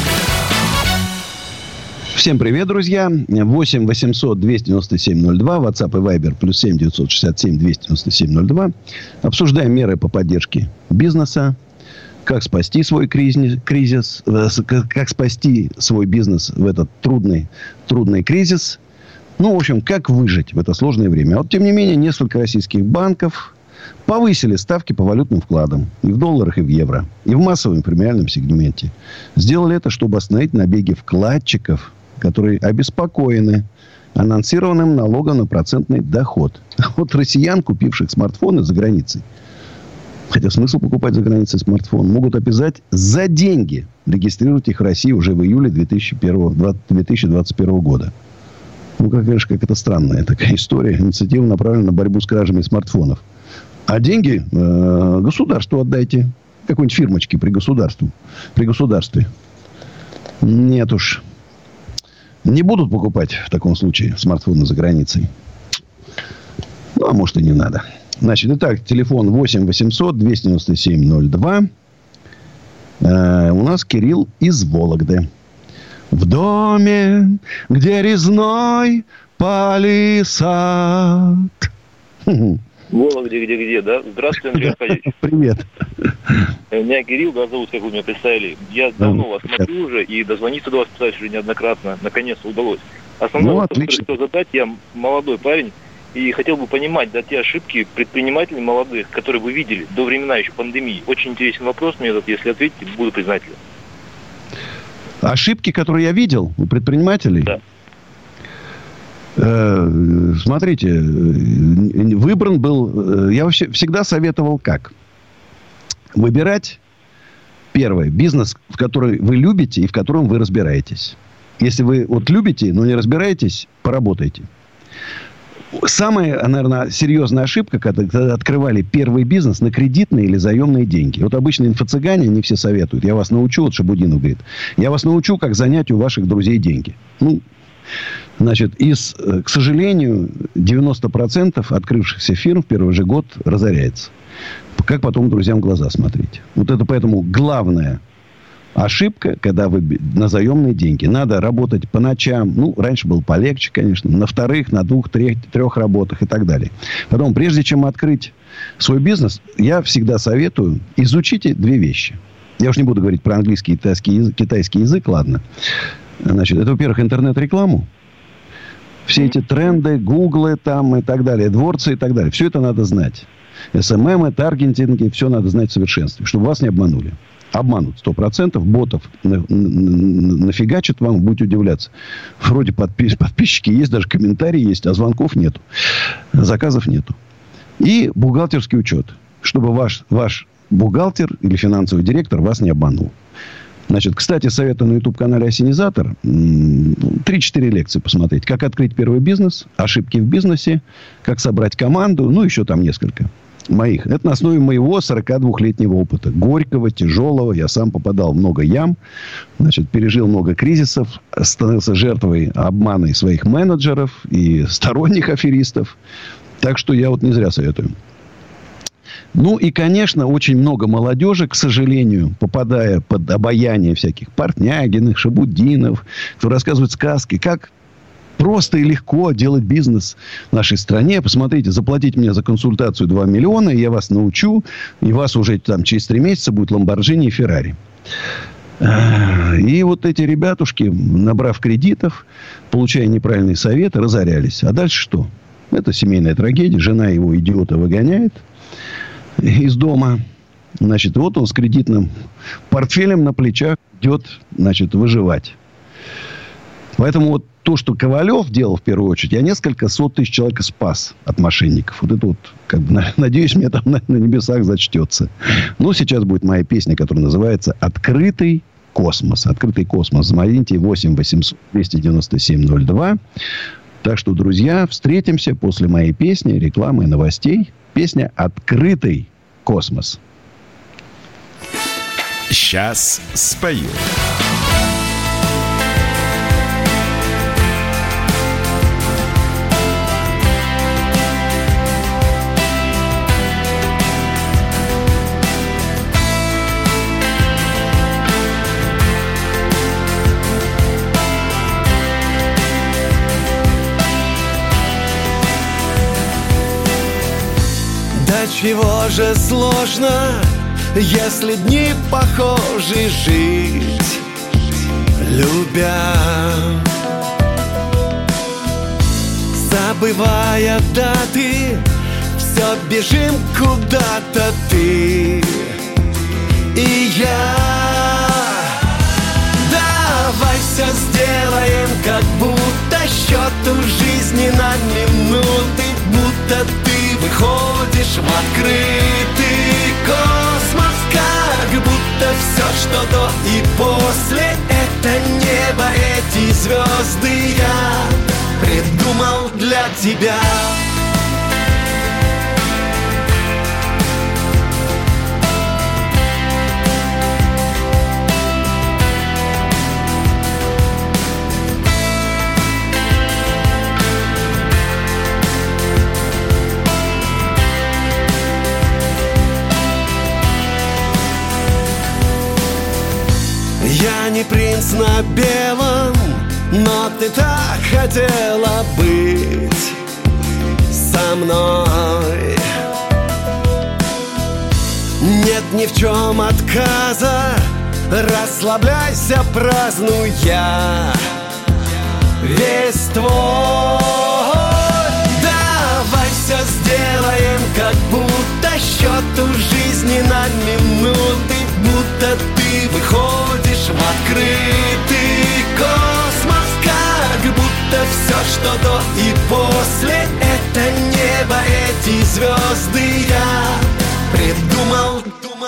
Всем привет, друзья. восемь восемьсот двести девяносто семь ноль два. WhatsApp и Viber. Плюс семь девятьсот шестьдесят семь двести девяносто семь ноль два. Обсуждаем меры по поддержке бизнеса. как спасти свой кризис, кризис как спасти свой бизнес в этот трудный, трудный кризис. Ну, в общем, как выжить в это сложное время. А вот, тем не менее, несколько российских банков повысили ставки по валютным вкладам. И в долларах, и в евро. И в массовом премиальном сегменте. Сделали это, чтобы остановить набеги вкладчиков, которые обеспокоены анонсированным налогом на процентный доход. Вот россиян, купивших смартфоны за границей, хотя смысл покупать за границей смартфон, могут обязать за деньги регистрировать их в России уже в июле две тысячи двадцать первого года. Ну, как говоришь, как это странная такая история. Инициатива направлена на борьбу с кражами смартфонов. А деньги э, государству отдайте. Какой-нибудь фирмочке при государстве. При государстве. Нет уж. Не будут покупать в таком случае смартфоны за границей. Ну, а может и не надо. Значит, итак, телефон восемь восемьсот двести девяносто семь ноль два. Э, у нас Кирилл из Вологды. В доме, где резной палисад. Вологде, где-где, да? Здравствуйте, Андрей Аркадьевич. Привет. Меня Кирилл, да, зовут, как вы меня представили. Я давно вас смотрю уже, и дозвониться до вас, кстати, уже неоднократно. Наконец-то удалось. Основной ну, вопрос, который хотел задать, я молодой парень, и хотел бы понимать, да, те ошибки предпринимателей молодых, которые вы видели до времена еще пандемии. Очень интересный вопрос мне этот, если ответите, буду признателен. Ошибки, которые я видел у предпринимателей? Да. Э, смотрите, выбран был... Я вообще всегда советовал как? Выбирать, первое, бизнес, в который вы любите и в котором вы разбираетесь. Если вы вот любите, но не разбираетесь, поработайте. Самая, наверное, серьезная ошибка, когда открывали первый бизнес на кредитные или заемные деньги. Вот обычно инфо-цыгане, они все советуют. Я вас научу, вот Шабудинов говорит, я вас научу, как занять у ваших друзей деньги. Ну, значит, из, к сожалению, девяносто процентов открывшихся фирм в первый же год разоряется. Как потом друзьям в глаза смотреть? Вот это поэтому главное... Ошибка, когда вы на заемные деньги. Надо работать по ночам. Ну, раньше было полегче, конечно. На вторых, на двух, трех, трех работах и так далее. Потом, прежде чем открыть свой бизнес, я всегда советую, изучите две вещи. Я уж не буду говорить про английский и китайский язык, китайский язык, ладно. Значит, это, во-первых, интернет-рекламу. Все эти тренды, гуглы там и так далее, дворцы и так далее. Все это надо знать. эс эм эм, таргетинги, все надо знать в совершенстве, чтобы вас не обманули. Обманут сто процентов, ботов на, на, нафигачат вам, будете удивляться. Вроде подпис, подписчики есть, даже комментарии есть, а звонков нету. Заказов нету. И бухгалтерский учет. Чтобы ваш, ваш бухгалтер или финансовый директор вас не обманул. Значит, кстати, советую на YouTube-канале «Осенизатор» три-четыре лекции посмотреть. Как открыть первый бизнес, ошибки в бизнесе, как собрать команду, ну, еще там несколько. Моих. Это на основе моего сорокадвухлетнего опыта. Горького, тяжелого. Я сам попадал в много ям. Значит, пережил много кризисов. Становился жертвой обмана своих менеджеров и сторонних аферистов. Так что я вот не зря советую. Ну и, конечно, очень много молодежи, к сожалению, попадая под обаяние всяких Портнягиных, Шабудинов, кто рассказывает сказки, как просто и легко делать бизнес в нашей стране. Посмотрите, заплатите мне за консультацию два миллиона, и я вас научу. И вас уже там через три месяца будет Ламборджини и Феррари. И вот эти ребятушки, набрав кредитов, получая неправильные советы, разорялись. А дальше что? Это семейная трагедия. Жена его, идиота, выгоняет из дома. Значит, вот он с кредитным портфелем на плечах идет, значит, выживать. Поэтому вот то, что Ковалев делал в первую очередь, я несколько сот тысяч человек спас от мошенников. Вот это вот, как бы, надеюсь, мне там на, на небесах зачтется. Но сейчас будет моя песня, которая называется «Открытый космос». «Открытый космос». Звоните восемь восемьсот двести девяносто семь ноль два. Так что, друзья, встретимся после моей песни, рекламы и новостей. Песня «Открытый космос». Сейчас спою. Чего же сложно если дни похожи жить, любя, забывая даты, все бежим куда-то ты и я. Давай все сделаем, как будто счет у жизни на минуты, будто ты выходишь в открытый космос, как будто все, что до и после, это небо, эти звезды я придумал для тебя. Я не принц на белом, но ты так хотела быть со мной. Нет ни в чем отказа, расслабляйся, празднуй я весь твой. Давай все сделаем, как будто счет у жизни на минуты, будто ты выходишь в открытый космос, как будто все, что до и после, это небо, эти звезды я придумал.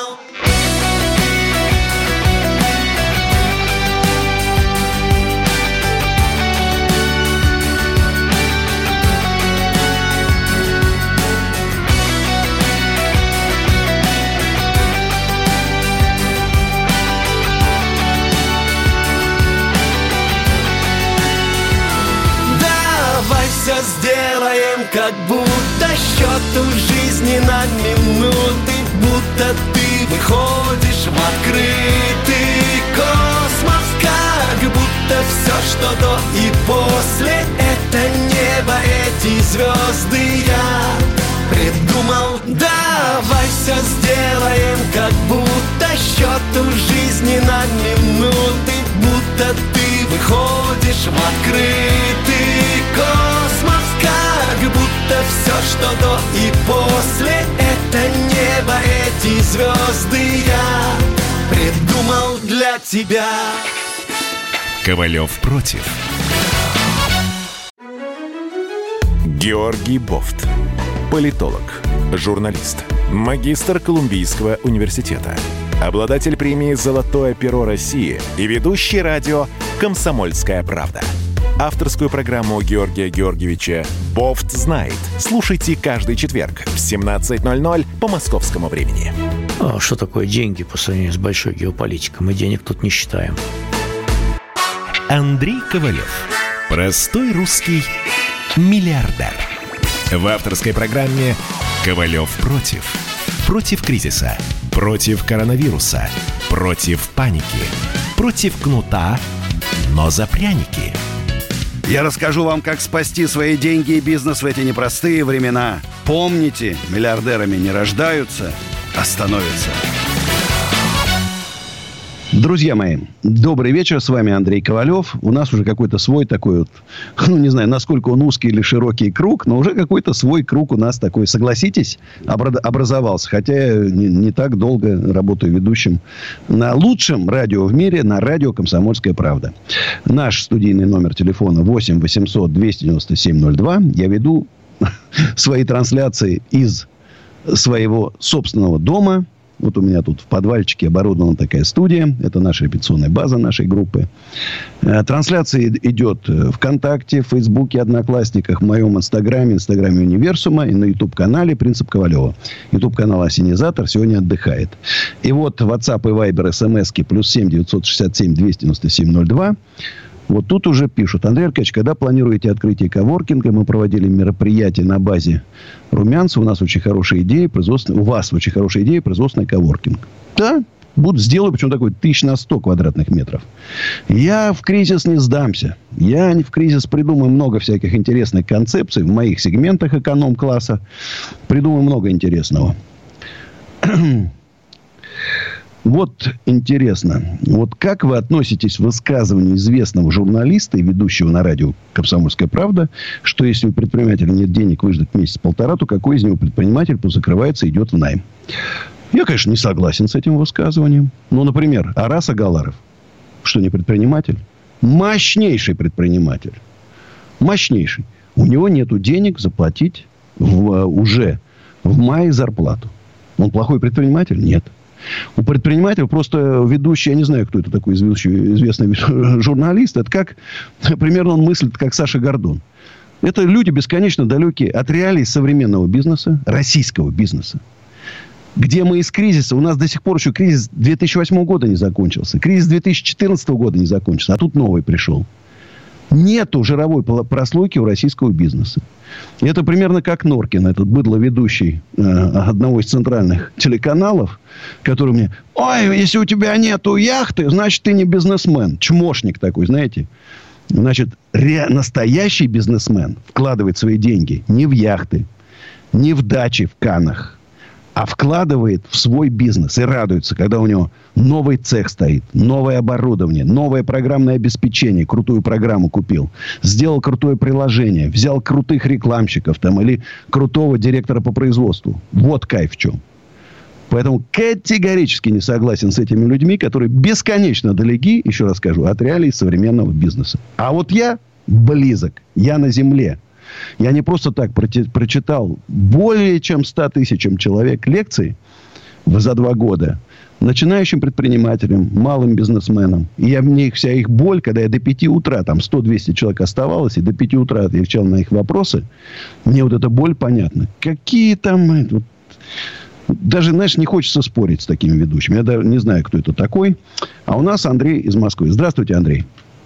Все сделаем, как будто счет у жизни на минуты, будто ты выходишь в открытый космос, как будто все, что до и после, это небо, эти звезды я придумал. Давай все сделаем, как будто счет у жизни на минуты, будто ты выходишь в открытый космос, как будто все, что до и после, это небо, эти звезды я придумал для тебя. Ковалев против. Георгий Бофт. Политолог, журналист, магистр Колумбийского университета, обладатель премии «Золотое перо России» и ведущий радио «Комсомольская правда». Авторскую программу Георгия Георгиевича «Бофт знает». Слушайте каждый четверг в семнадцать ноль ноль по московскому времени. А что такое деньги по сравнению с большой геополитикой? Мы денег тут не считаем. Андрей Ковалев. Простой русский миллиардер. В авторской программе «Ковалев против». Против кризиса, против коронавируса, против паники, против кнута, но за пряники. Я расскажу вам, как спасти свои деньги и бизнес в эти непростые времена. Помните, миллиардерами не рождаются, а становятся. Друзья мои, добрый вечер, с вами Андрей Ковалев. У нас уже какой-то свой такой вот, ну, не знаю, насколько он узкий или широкий круг, но уже какой-то свой круг у нас такой, согласитесь, образовался. Хотя я не, не так долго работаю ведущим на лучшем радио в мире, на радио «Комсомольская правда». Наш студийный номер телефона восемь восемьсот двести девяносто семь ноль два. Я веду свои трансляции из своего собственного дома. Вот у меня тут в подвальчике оборудована такая студия. Это наша репетиционная база нашей группы. Трансляция идет ВКонтакте, в Фейсбуке, Одноклассниках, в моем Инстаграме, Инстаграме Универсума и на Ютуб-канале «Принцип Ковалева». Ютуб-канал «Осенизатор» сегодня отдыхает. И вот WhatsApp и Viber, смски плюс семь девятьсот шестьдесят семь двести девяносто семь ноль два. Вот тут уже пишут: Андрей Аркадьевич, когда планируете открытие коворкинга? Мы проводили мероприятие на базе Румянцева. У нас очень хорошая идея, производственная... У вас очень хорошая идея, производственный коворкинг. Да, буду сделаю, причем такой тысяч на сто квадратных метров. Я в кризис не сдамся. Я в кризис придумаю много всяких интересных концепций. В моих сегментах эконом-класса придумаю много интересного. вот интересно. Вот как вы относитесь к высказыванию известного журналиста и ведущего на радио «Комсомольская правда», что если у предпринимателя нет денег выждать месяц-полтора, то какой из него предприниматель закрывается и идет в найм? Я, конечно, не согласен с этим высказыванием. Ну, например, Арас Агаларов, что не предприниматель? Мощнейший предприниматель. Мощнейший. У него нету денег заплатить в, уже в мае зарплату. Он плохой предприниматель? Нет. У предпринимателя просто ведущий, я не знаю, кто это такой известный, известный журналист, это как, примерно он мыслит, как Саша Гордон. Это люди бесконечно далекие от реалий современного бизнеса, российского бизнеса. Где мы из кризиса, у нас до сих пор еще кризис две тысячи восьмого года не закончился, кризис две тысячи четырнадцатого года не закончился, а тут новый пришел. Нету жировой прослойки у российского бизнеса. И это примерно как Норкин, этот быдловедущий э, одного из центральных телеканалов, который мне: ой, если у тебя нету яхты, значит, ты не бизнесмен. Чмошник такой, знаете. Значит, ре- настоящий бизнесмен вкладывает свои деньги не в яхты, не в дачи в Каннах, а вкладывает в свой бизнес и радуется, когда у него новый цех стоит, новое оборудование, новое программное обеспечение, крутую программу купил, сделал крутое приложение, взял крутых рекламщиков там, или крутого директора по производству. Вот кайф в чем. Поэтому категорически не согласен с этими людьми, которые бесконечно далеки, еще раз скажу, от реалий современного бизнеса. А вот я близок, я на земле. Я не просто так прочитал более чем ста тысячам человек лекций за два года начинающим предпринимателям, малым бизнесменам. И я, мне вся их боль, когда я до пяти утра, там сто-двести человек оставалось, и до пяти утра отвечал на их вопросы, мне вот эта боль понятна. Какие там... Вот, даже, знаешь, не хочется спорить с такими ведущими. Я даже не знаю, кто это такой. А у нас Андрей из Москвы. Здравствуйте, Андрей.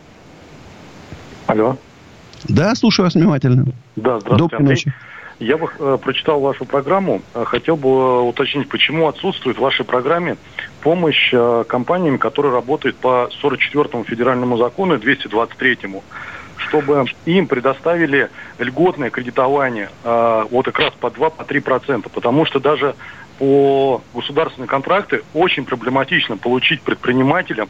Алло. Да, слушаю вас внимательно. Да, здравствуйте, Доброй Андрей. ночи. Я бы э, прочитал вашу программу. Э, хотел бы уточнить, почему отсутствует в вашей программе помощь э, компаниям, которые работают по сорок четвёртому федеральному закону и двести двадцать третьему, чтобы им предоставили льготное кредитование э, вот как раз по два-три процента. Потому что даже по государственным контрактам очень проблематично получить предпринимателям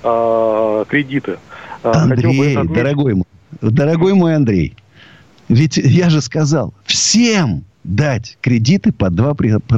э, кредиты. Э, Андрей, дорогой мой, дорогой мой Андрей, ведь я же сказал, всем дать кредиты по два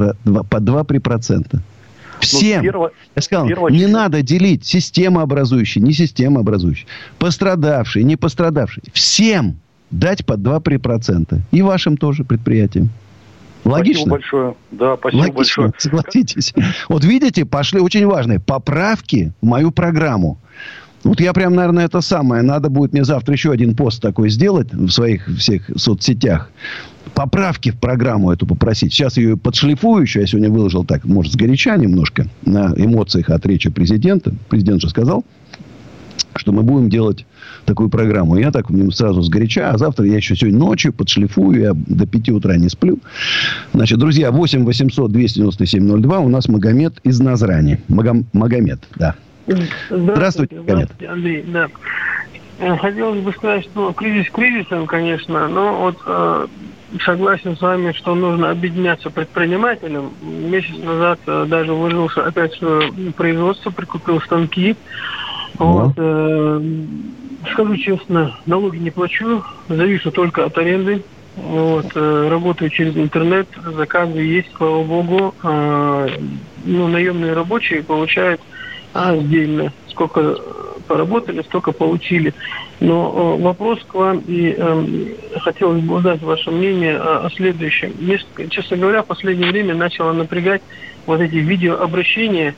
процента. Всем. Ну, перво, я сказал, перво... не надо делить системообразующие, не системообразующие, пострадавшие, не пострадавшие. Всем дать по два процента. И вашим тоже предприятиям. Логично? Спасибо большое. Да, спасибо Логично, большое. Согласитесь. Вот видите, пошли очень важные поправки в мою программу. Вот я прям, наверное, это самое. Надо будет мне завтра еще один пост такой сделать в своих всех соцсетях. Поправки в программу эту попросить. Сейчас ее подшлифую еще. Я сегодня выложил так, может, сгоряча немножко на эмоциях от речи президента. Президент же сказал, что мы будем делать такую программу. Я так сразу сгоряча, а завтра я еще сегодня ночью подшлифую, я до пяти утра не сплю. Значит, друзья, восемь восемьсот двести девяносто семь ноль два. У нас Магомед из Назрани. Магом... Магомед, да. Здравствуйте, Здравствуйте, здравствуйте, Андрей. Да. Хотелось бы сказать, что кризис кризисом, конечно, но вот э, согласен с вами, что нужно объединяться предпринимателям. Месяц назад э, даже вложился опять в производство, прикупил станки. Вот, э, скажу честно, налоги не плачу, завишу только от аренды. Вот, э, работаю через интернет, заказы есть, слава богу. Э, ну, наемные рабочие получают отдельно, сколько поработали, столько получили. Но э, вопрос к вам, и э, хотелось бы узнать ваше мнение о, о следующем. Если, честно говоря, в последнее время начало напрягать вот эти видеообращения,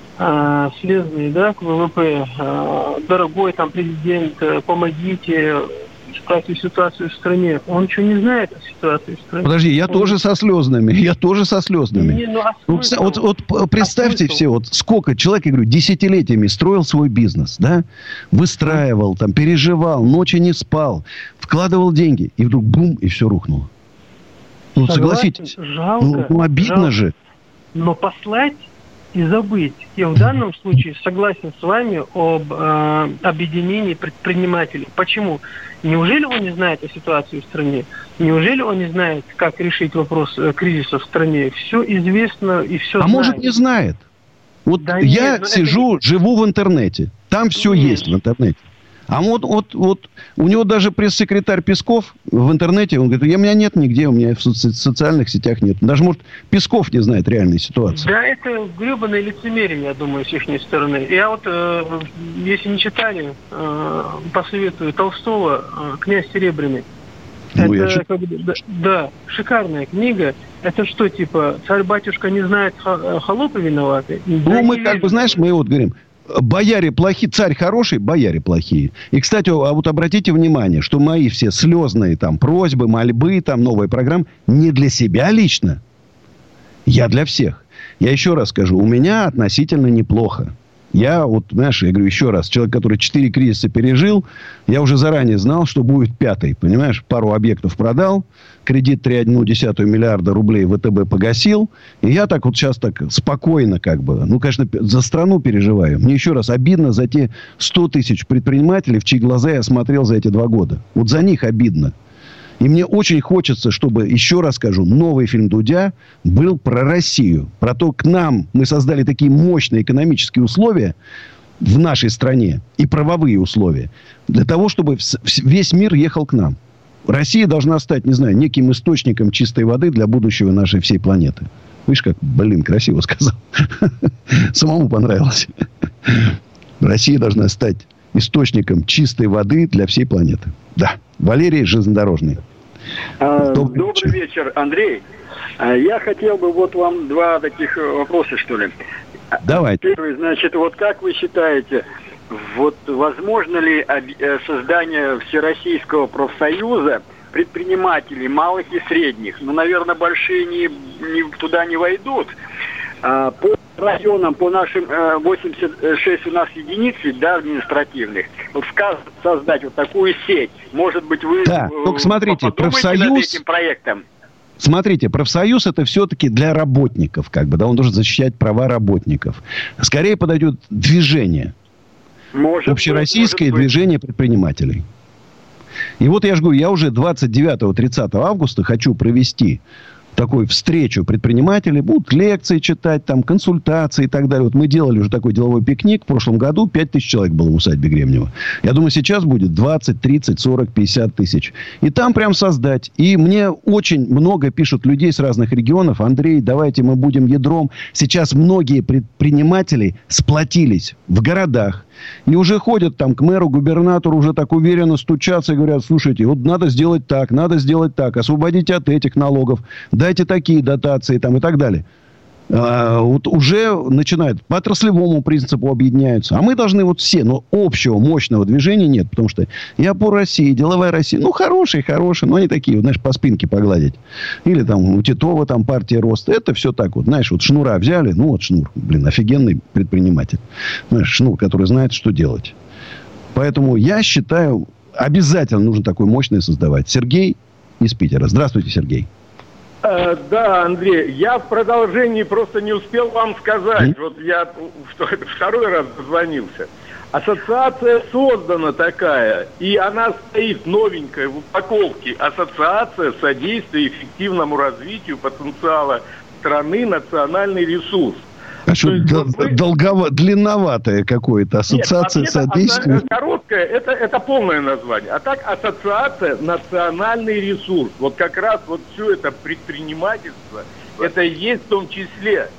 э, слезные, да, к ВВП. Э, дорогой там президент, э, помогите, спрашивайте ситуацию в стране. Он что, не знает о ситуации в стране? Подожди, я Он... тоже со слезными. Я тоже со слезными. Не, ну, а вот, вот, вот представьте а все, вот сколько человек, я говорю, десятилетиями строил свой бизнес, да? Выстраивал, там, переживал, ночи не спал, вкладывал деньги, и вдруг бум, и все рухнуло. Ну, Согласен, согласитесь. жалко, ну, ну, обидно жалко. же. Но послать и забыть. Я в данном случае согласен с вами об э, объединении предпринимателей. Почему? Неужели он не знает о ситуации в стране? Неужели он не знает, как решить вопрос э, кризиса в стране? Все известно и все А знает. может, не знает. Вот Да я нет, ну сижу, это... живу в интернете. Там все Нет. есть в интернете. А вот, вот, вот у него даже пресс-секретарь Песков в интернете, он говорит, я, у меня нет нигде, у меня в соци- социальных сетях нет. Даже, может, Песков не знает реальной ситуации. Да, это гребаное лицемерие, я думаю, с их стороны. Я вот, э, если не читали, э, посоветую Толстого э, «Князь Серебряный». Ну, я Это, чит- как бы, да, да, шикарная книга. Это что, типа, царь-батюшка не знает, ха- холопы виноваты? Ну, Да мы не как верю. бы, знаешь, мы вот говорим, бояре плохие, царь хороший, бояре плохие. И, кстати, а вот обратите внимание, что мои все слезные там просьбы, мольбы, там новая программа не для себя лично. Я для всех. Я еще раз скажу, у меня относительно неплохо. Я вот, знаешь, я говорю еще раз, человек, который четыре кризиса пережил, я уже заранее знал, что будет пятый, понимаешь? Пару объектов продал, кредит три целых одна десятая миллиарда рублей ВТБ погасил, и я так вот сейчас так спокойно как бы, ну, конечно, за страну переживаю. Мне еще раз обидно за те сто тысяч предпринимателей, в чьи глаза я смотрел за эти два года. Вот за них обидно. И мне очень хочется, чтобы, еще раз скажу, новый фильм Дудя был про Россию. Про то, к нам мы создали такие мощные экономические условия в нашей стране и правовые условия для того, чтобы весь мир ехал к нам. Россия должна стать, не знаю, неким источником чистой воды для будущего нашей всей планеты. Видишь, как, блин, красиво сказал. Самому понравилось. Россия должна стать источником чистой воды для всей планеты. Да. Валерий Железнодорожный. А, добрый вечер. вечер, Андрей. А, я хотел бы вот вам два таких вопроса, что ли. Давай. Первый, значит, вот как вы считаете, вот возможно ли создание Всероссийского профсоюза предпринимателей малых и средних? Ну, наверное, большие не, не, туда не войдут. А, по районам, по нашим э, восемьдесят шесть у нас единиц, да, административных, вот создать вот такую сеть. Может быть, вы да, э, только смотрите, профсоюз... над этим проектом. Смотрите, профсоюз это все-таки для работников, как бы, да, он должен защищать права работников. Скорее подойдет движение. Может Общероссийское быть, может движение предпринимателей. И вот я же говорю, я уже двадцать девятого тридцатого августа хочу провести такую встречу предпринимателей, будут лекции читать, там, консультации и так далее. Вот мы делали уже такой деловой пикник. В прошлом году пять тысяч человек было в усадьбе Гремнева. Я думаю, сейчас будет двадцать, тридцать, сорок, пятьдесят тысяч. И там прям создать. И мне очень много пишут людей с разных регионов. Андрей, давайте мы будем ядром. Сейчас многие предприниматели сплотились в городах. И уже ходят там к мэру, губернатору, уже так уверенно стучатся и говорят, слушайте, вот надо сделать так, надо сделать так, освободите от этих налогов, дайте такие дотации там и так далее. А, вот уже начинают по отраслевому принципу объединяются. А мы должны вот все, но общего мощного движения нет, потому что и опора России, и деловая Россия, ну, хорошие, хорошие, но они такие, вот, знаешь, по спинке погладить. Или там у Титова там партия роста. Это все так вот, знаешь, вот Шнура взяли, ну, вот Шнур, блин, офигенный предприниматель. Знаешь, Шнур, который знает, что делать. Поэтому я считаю, обязательно нужно такой мощный создавать. Сергей из Питера. Здравствуйте, Сергей. Э, да, Андрей, я в продолжении просто не успел вам сказать. Mm-hmm. Вот я второй раз позвонился. Ассоциация создана такая, и она стоит новенькая в упаковке. Ассоциация содействия эффективному развитию потенциала страны, национальный ресурс. А что, мы... долгово... длинноватое какое-то, ассоциация Нет, содействия? Это короткое, это, это полное название. А так ассоциация национальный ресурс. Вот как раз вот все это предпринимательство, это и есть в том числе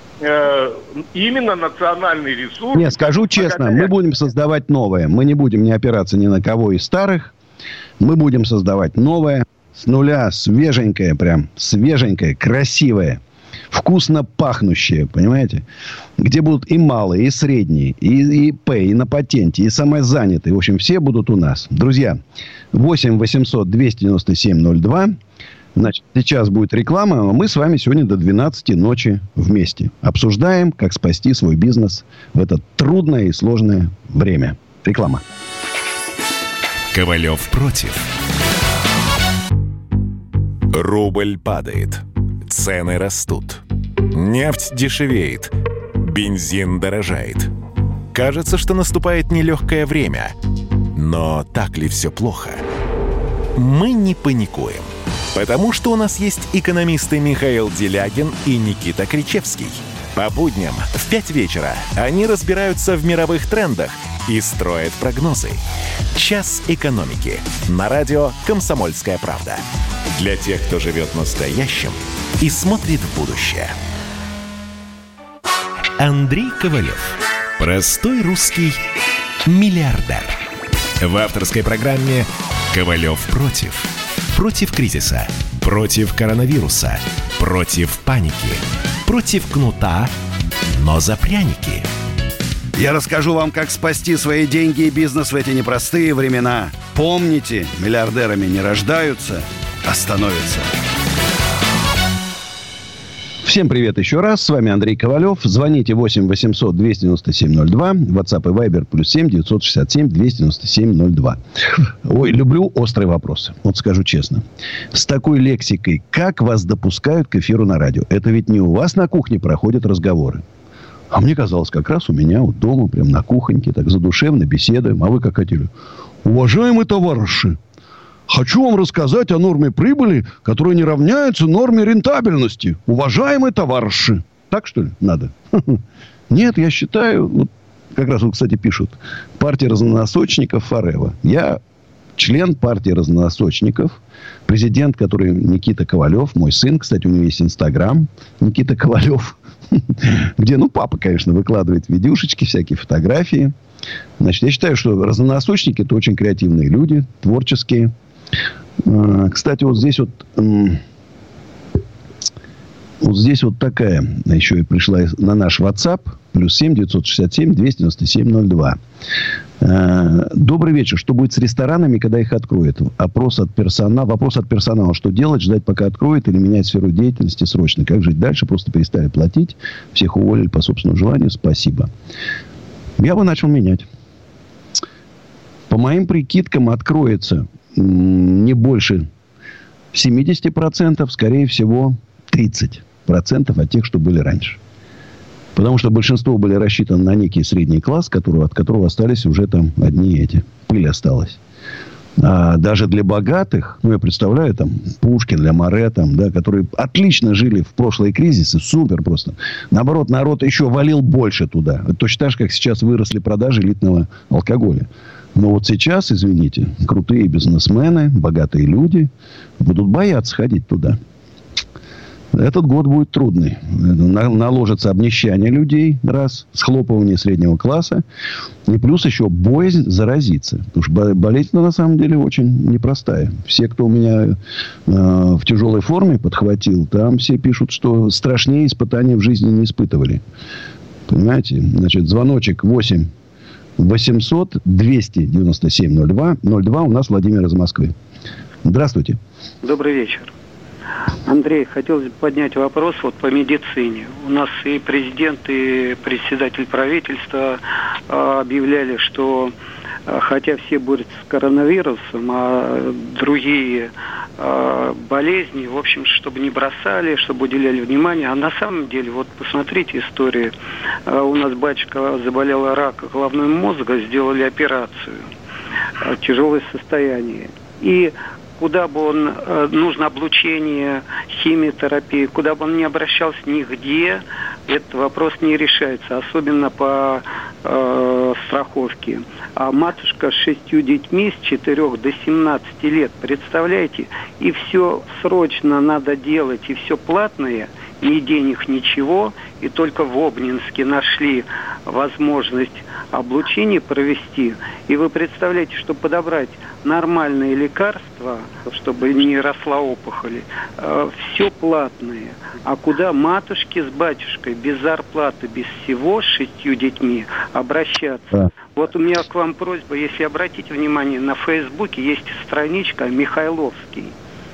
э, именно национальный ресурс. Не, скажу честно, мы будем создавать новое. Мы не будем не опираться ни на кого из старых. Мы будем создавать новое, с нуля, свеженькое прям, свеженькое, красивое. Вкусно пахнущие, понимаете? Где будут и малые, и средние, и ИП, и на патенте, и самозанятые. В общем, все будут у нас. Друзья, восемь восемьсот двести девяносто семь ноль два. Значит, сейчас будет реклама, а мы с вами сегодня до двенадцати ночи вместе обсуждаем, как спасти свой бизнес в это трудное и сложное время. Реклама. Ковалев против. Рубль падает. Цены растут. Нефть дешевеет. Бензин дорожает. Кажется, что наступает нелегкое время. Но так ли все плохо? Мы не паникуем. Потому что у нас есть экономисты Михаил Делягин и Никита Кричевский. По будням в пять вечера они разбираются в мировых трендах и строят прогнозы. «Час экономики» на радио «Комсомольская правда». Для тех, кто живет настоящим и смотрит в будущее. Андрей Ковалев. Простой русский миллиардер. В авторской программе «Ковалев против». Против кризиса, против коронавируса, против паники, против кнута, но за пряники. Я расскажу вам, как спасти свои деньги и бизнес в эти непростые времена. Помните, миллиардерами не рождаются, а становятся. Всем привет еще раз. С вами Андрей Ковалев. Звоните восемь восемьсот двести девяносто семь ноль два. WhatsApp и Viber плюс семь девятьсот шестьдесят семь двести девяносто семь ноль два. Ой, люблю острые вопросы. Вот скажу честно. С такой лексикой, как вас допускают к эфиру на радио? Это ведь не у вас на кухне проходят разговоры. А мне казалось, как раз у меня вот дома, прям на кухоньке, так задушевно беседуем. А вы как хотели? Уважаемые товарищи, хочу вам рассказать о норме прибыли, которая не равняется норме рентабельности. Уважаемые товарищи. Так, что ли, надо? Нет, я считаю... Вот, как раз, вот, кстати, пишут. Партия разноносочников Форева. Я член партии разноносочников. Президент, который Никита Ковалев. Мой сын, кстати, у него есть Инстаграм. Никита Ковалев. Где, ну, папа, конечно, выкладывает видюшечки, всякие фотографии. Значит, я считаю, что разноносочники – это очень креативные люди, творческие. Кстати, вот здесь вот... Вот здесь вот такая еще и пришла на наш WhatsApp. Плюс семь девятьсот шестьдесят семь двести девяносто семь ноль два. Добрый вечер. Что будет с ресторанами, когда их откроют? Опрос от персонала. Вопрос от персонала. Что делать? Ждать, пока откроют, или менять сферу деятельности срочно? Как жить дальше? Просто перестали платить. Всех уволили по собственному желанию. Спасибо. Я бы начал менять. По моим прикидкам, откроется не больше семьдесят процентов, скорее всего, тридцать процентов от тех, что были раньше. Потому что большинство были рассчитаны на некий средний класс, которого, от которого остались уже там одни эти. Пыль осталась. А даже для богатых, ну, я представляю, там, Пушкин, Ля Море, там, да, которые отлично жили в прошлые кризисы, супер просто. Наоборот, народ еще валил больше туда. Это точно так же, как сейчас выросли продажи элитного алкоголя. Но вот сейчас, извините, крутые бизнесмены, богатые люди будут бояться ходить туда. Этот год будет трудный. Наложится обнищание людей, раз, схлопывание среднего класса. И плюс еще боязнь заразиться. Потому что болезнь на самом деле очень непростая. Все, кто у меня э, в тяжелой форме подхватил, там все пишут, что страшнее испытания в жизни не испытывали. Понимаете? Значит, звоночек восемь восемьсот двести девяносто семь ноль два. ноль два у нас Владимир из Москвы. Здравствуйте. Добрый вечер. Андрей, хотелось бы поднять вопрос вот по медицине. У нас и президент, и председатель правительства э, объявляли, что э, хотя все борются с коронавирусом, а другие э, болезни, в общем, чтобы не бросали, чтобы уделяли внимание. А на самом деле, вот посмотрите историю. Э, у нас батюшка заболел рак головного мозга, сделали операцию. Э, тяжелое состояние. И куда бы он, э, нужно облучение, химиотерапия, куда бы он ни обращался, нигде этот вопрос не решается, особенно по э, страховке. А матушка с шестью детьми, с четырёх до семнадцати лет, представляете, и все срочно надо делать, и все платное, ни денег, ничего, и только в Обнинске нашли возможность облучение провести. И вы представляете, что подобрать нормальные лекарства, чтобы не росла опухоль, э, все платное. А куда матушки с батюшкой без зарплаты, без всего, с шестью детьми обращаться? Да. Вот у меня к вам просьба, если обратите внимание, на Фейсбуке есть страничка Михайловский.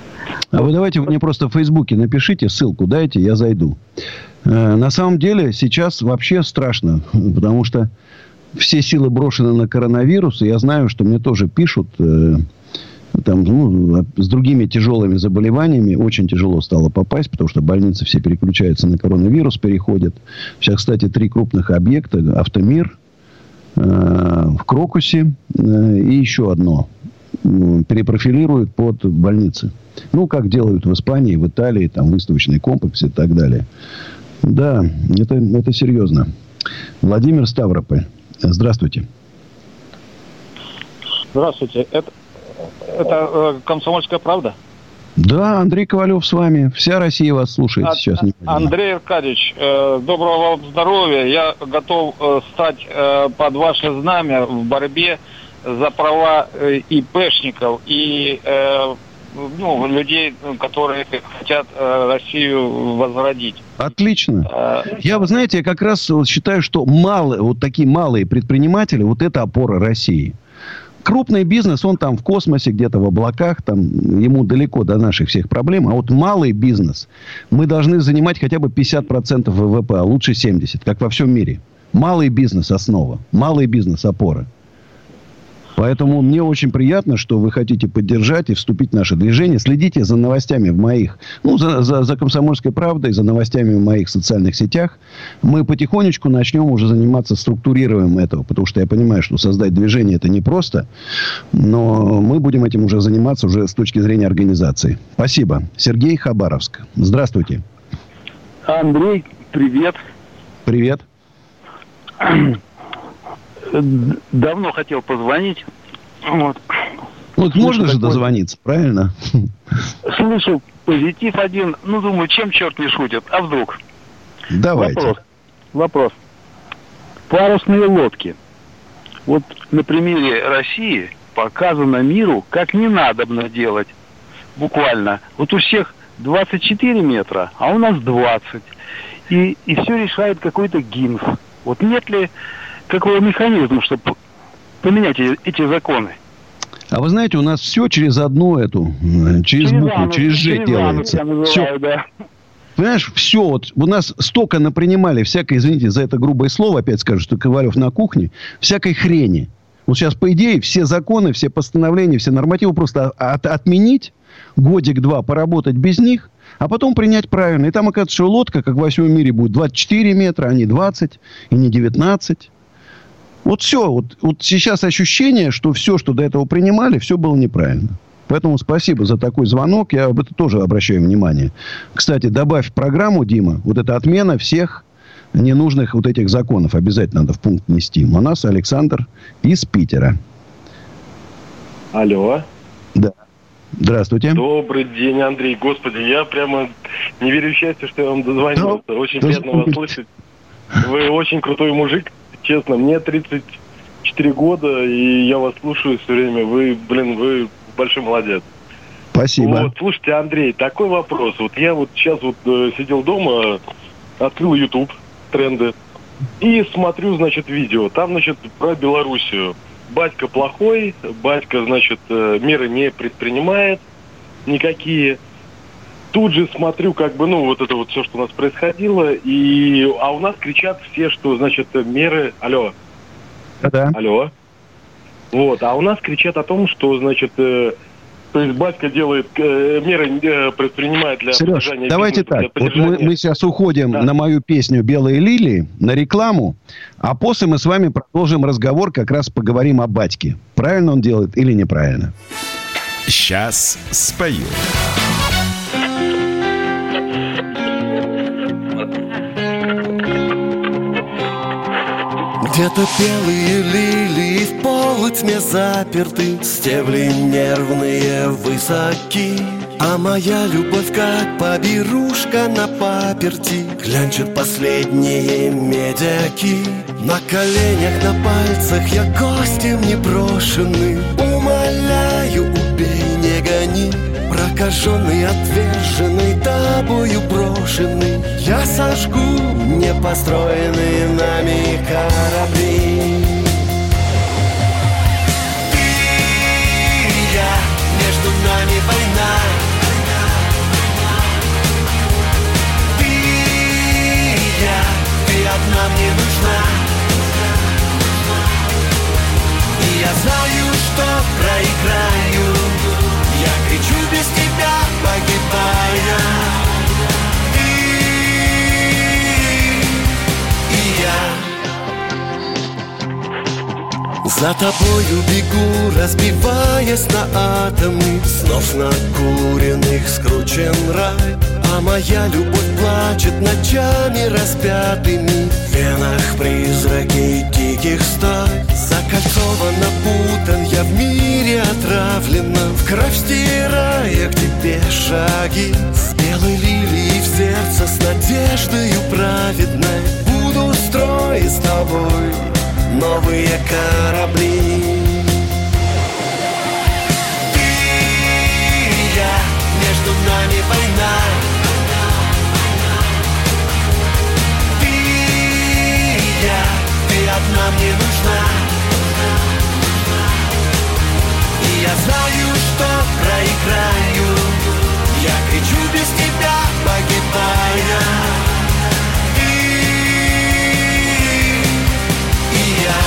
А вы давайте мне просто в Фейсбуке напишите, ссылку дайте, я зайду. Э, на самом деле сейчас вообще страшно, потому что все силы брошены на коронавирус. И я знаю, что мне тоже пишут э, там, ну, с другими тяжелыми заболеваниями. Очень тяжело стало попасть, потому что больницы все переключаются на коронавирус, переходят. Сейчас, кстати, три крупных объекта. Автомир э, в Крокусе э, и еще одно э, перепрофилируют под больницы. Ну, как делают в Испании, в Италии, там выставочные комплексы и так далее. Да, это, это серьезно. Владимир, Ставрополь. Здравствуйте. Здравствуйте. Это, это э, «Комсомольская правда»? Да, Андрей Ковалев с вами. Вся Россия вас слушает а, сейчас. Не Андрей Аркадьевич, э, доброго вам здоровья. Я готов э, стать э, под ваше знамя в борьбе за права э, ИПшников и э, ну, людей, которые хотят э, Россию возродить. Отлично. Я, вы знаете, я как раз вот считаю, что малые, вот такие малые предприниматели, вот это опора России. Крупный бизнес, он там в космосе, где-то в облаках, там ему далеко до наших всех проблем. А вот малый бизнес, мы должны занимать хотя бы пятьдесят процентов ВВП, а лучше семьдесят процентов, как во всем мире. Малый бизнес основа, малый бизнес опора. Поэтому мне очень приятно, что вы хотите поддержать и вступить в наше движение. Следите за новостями в моих, ну, за, за, за «Комсомольской правдой», за новостями в моих социальных сетях. Мы потихонечку начнем уже заниматься структурированием этого, потому что я понимаю, что создать движение это непросто, но мы будем этим уже заниматься уже с точки зрения организации. Спасибо. Сергей, Хабаровск. Здравствуйте. Андрей, привет. Привет. Давно хотел позвонить. Вот, вот можно же дозвониться, правильно? Слышу позитив один. Ну, думаю, чем черт не шутит? А вдруг? Давайте. Вопрос. Вопрос. Парусные лодки. Вот на примере России показано миру, как не надобно делать. Буквально. Вот у всех двадцать четыре метра, а у нас двадцать. И, и все решает какой-то ГИНФ. Вот нет ли какого механизма, чтобы поменять эти, эти законы? А вы знаете, у нас все через одну эту, через, через букву, анус, через Ж через делается. Называю, все. Да. Понимаешь, все, вот у нас столько напринимали всякой, извините за это грубое слово, опять скажу, что Ковалев на кухне, всякой хрени. Вот сейчас, по идее, все законы, все постановления, все нормативы просто от, отменить, годик-два поработать без них, а потом принять правильно. И там, оказывается, что лодка, как во всем мире, будет двадцать четыре метра, а не двадцать, и не девятнадцать. Вот все. Вот, вот сейчас ощущение, что все, что до этого принимали, все было неправильно. Поэтому спасибо за такой звонок. Я об этом тоже обращаю внимание. Кстати, добавь в программу, Дима, вот эта отмена всех ненужных вот этих законов. Обязательно надо в пункт нести. У нас Александр из Питера. Алло. Да. Здравствуйте. Добрый день, Андрей. Господи, я прямо не верю в счастье, что я вам дозвонился. Да. Очень да. приятно вас слышать. Вы очень крутой мужик. Честно, мне тридцать четыре года, и я вас слушаю все время. Вы, блин, вы большой молодец. Спасибо. Вот, слушайте, Андрей, такой вопрос. Вот я вот сейчас вот э, сидел дома, открыл YouTube, тренды, и смотрю, значит, видео. Там, значит, про Белоруссию. Батька плохой, батька, значит, э, меры не предпринимает никакие. Тут же смотрю, как бы, ну, вот это вот все, что у нас происходило, и... А у нас кричат все, что, значит, меры... Алло. Да. Алло. Вот, а у нас кричат о том, что, значит, э, то есть батька делает, э, меры э, предпринимает для Сереж, поддержания... давайте бизнеса, так, поддержания... вот мы, мы сейчас уходим да. на мою песню «Белые лилии», на рекламу, а после мы с вами продолжим разговор, как раз поговорим о батьке. Правильно он делает или неправильно? Сейчас спою. Где-то белые лилии в полутьме заперты, стебли нервные высоки, а моя любовь, как поберушка на паперти, клянчит последние медяки. На коленях, на пальцах я гостем непрошенный, умоляю, убей, не гони. Прокаженный, отверженный, тобою брошенный, я сожгу непостроенные нами корабли. Ты и я, между нами война. Ты и я, ты одна мне нужна. И я знаю, что проиграю. Я кричу без тебя, погибая. Ты и я. За тобою бегу, разбиваясь на атомы. Снов накуренных скручен рай. А моя любовь плачет ночами распятыми. В венах призраки диких стай. Закольцован, опутан я в мире отравленном. В кровь стирая к тебе шаги. С белой лилией в сердце, с надеждою праведной буду строить с тобой новые корабли. Ты и я, между нами война. Ты и я, ты одна мне нужна. И я знаю, что проиграю. Я кричу без тебя, погибая. Ты и я.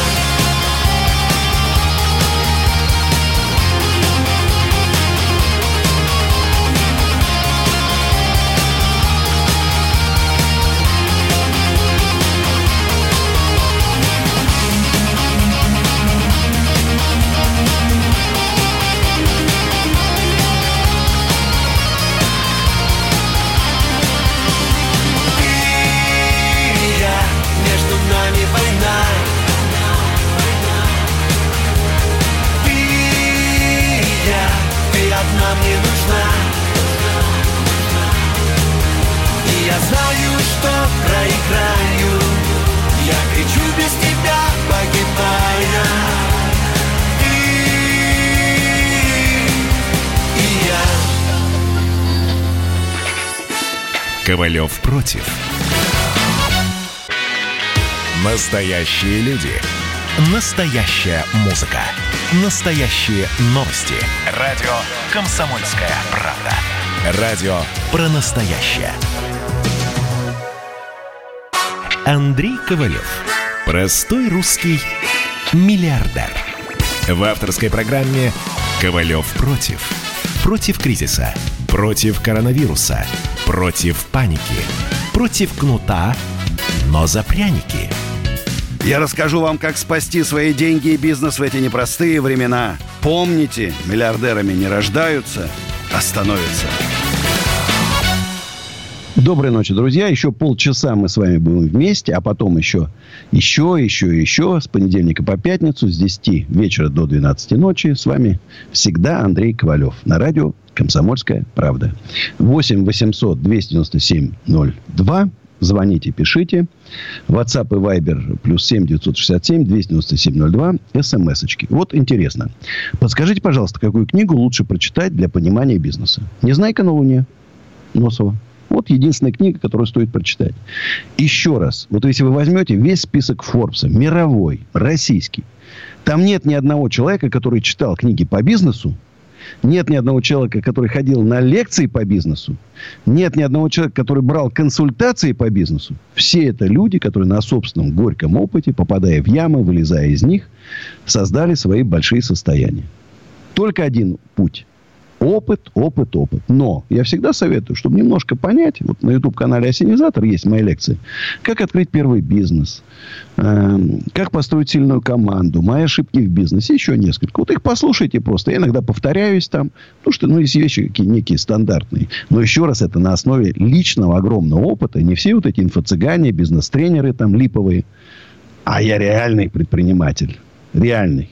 Одна мне нужна. И я знаю, что проиграю. Я кричу без тебя, погибая. Ты и я. Ковалев против. Настоящие люди. Настоящая музыка. Настоящие новости. Радио «Комсомольская правда». Радио про настоящее. Андрей Ковалев. Простой русский миллиардер. В авторской программе «Ковалев против». Против кризиса. Против коронавируса. Против паники. Против кнута, но за пряники. Я расскажу вам, как спасти свои деньги и бизнес в эти непростые времена. Помните, миллиардерами не рождаются, а становятся. Доброй ночи, друзья. Еще полчаса мы с вами будем вместе, а потом еще, еще, еще, еще с понедельника по пятницу с десяти вечера до двенадцати ночи. С вами всегда Андрей Ковалев на радио «Комсомольская правда». восемь восемьсот двести девяносто семь ноль два. Звоните, пишите. WhatsApp и Viber плюс семь девятьсот шестьдесят семь двести девяносто семь ноль два. СМС-очки. Вот интересно. Подскажите, пожалуйста, какую книгу лучше прочитать для понимания бизнеса? «Незнайка на Луне» Носова. Вот единственная книга, которую стоит прочитать. Еще раз. Вот если вы возьмете весь список Форбса, мировой, российский, там нет ни одного человека, который читал книги по бизнесу. Нет ни одного человека, который ходил на лекции по бизнесу. Нет ни одного человека, который брал консультации по бизнесу. Все это люди, которые на собственном горьком опыте, попадая в ямы, вылезая из них, создали свои большие состояния. Только один путь. Опыт, опыт, опыт. Но я всегда советую, чтобы немножко понять, вот на YouTube-канале «Осенизатор» есть мои лекции, как открыть первый бизнес, э, как построить сильную команду, мои ошибки в бизнесе, еще несколько. Вот их послушайте просто. Я иногда повторяюсь там, потому что, ну, есть вещи какие некие стандартные. Но еще раз, это на основе личного огромного опыта. Не все вот эти инфо-цыгане, бизнес-тренеры там липовые, а я реальный предприниматель. Реальный.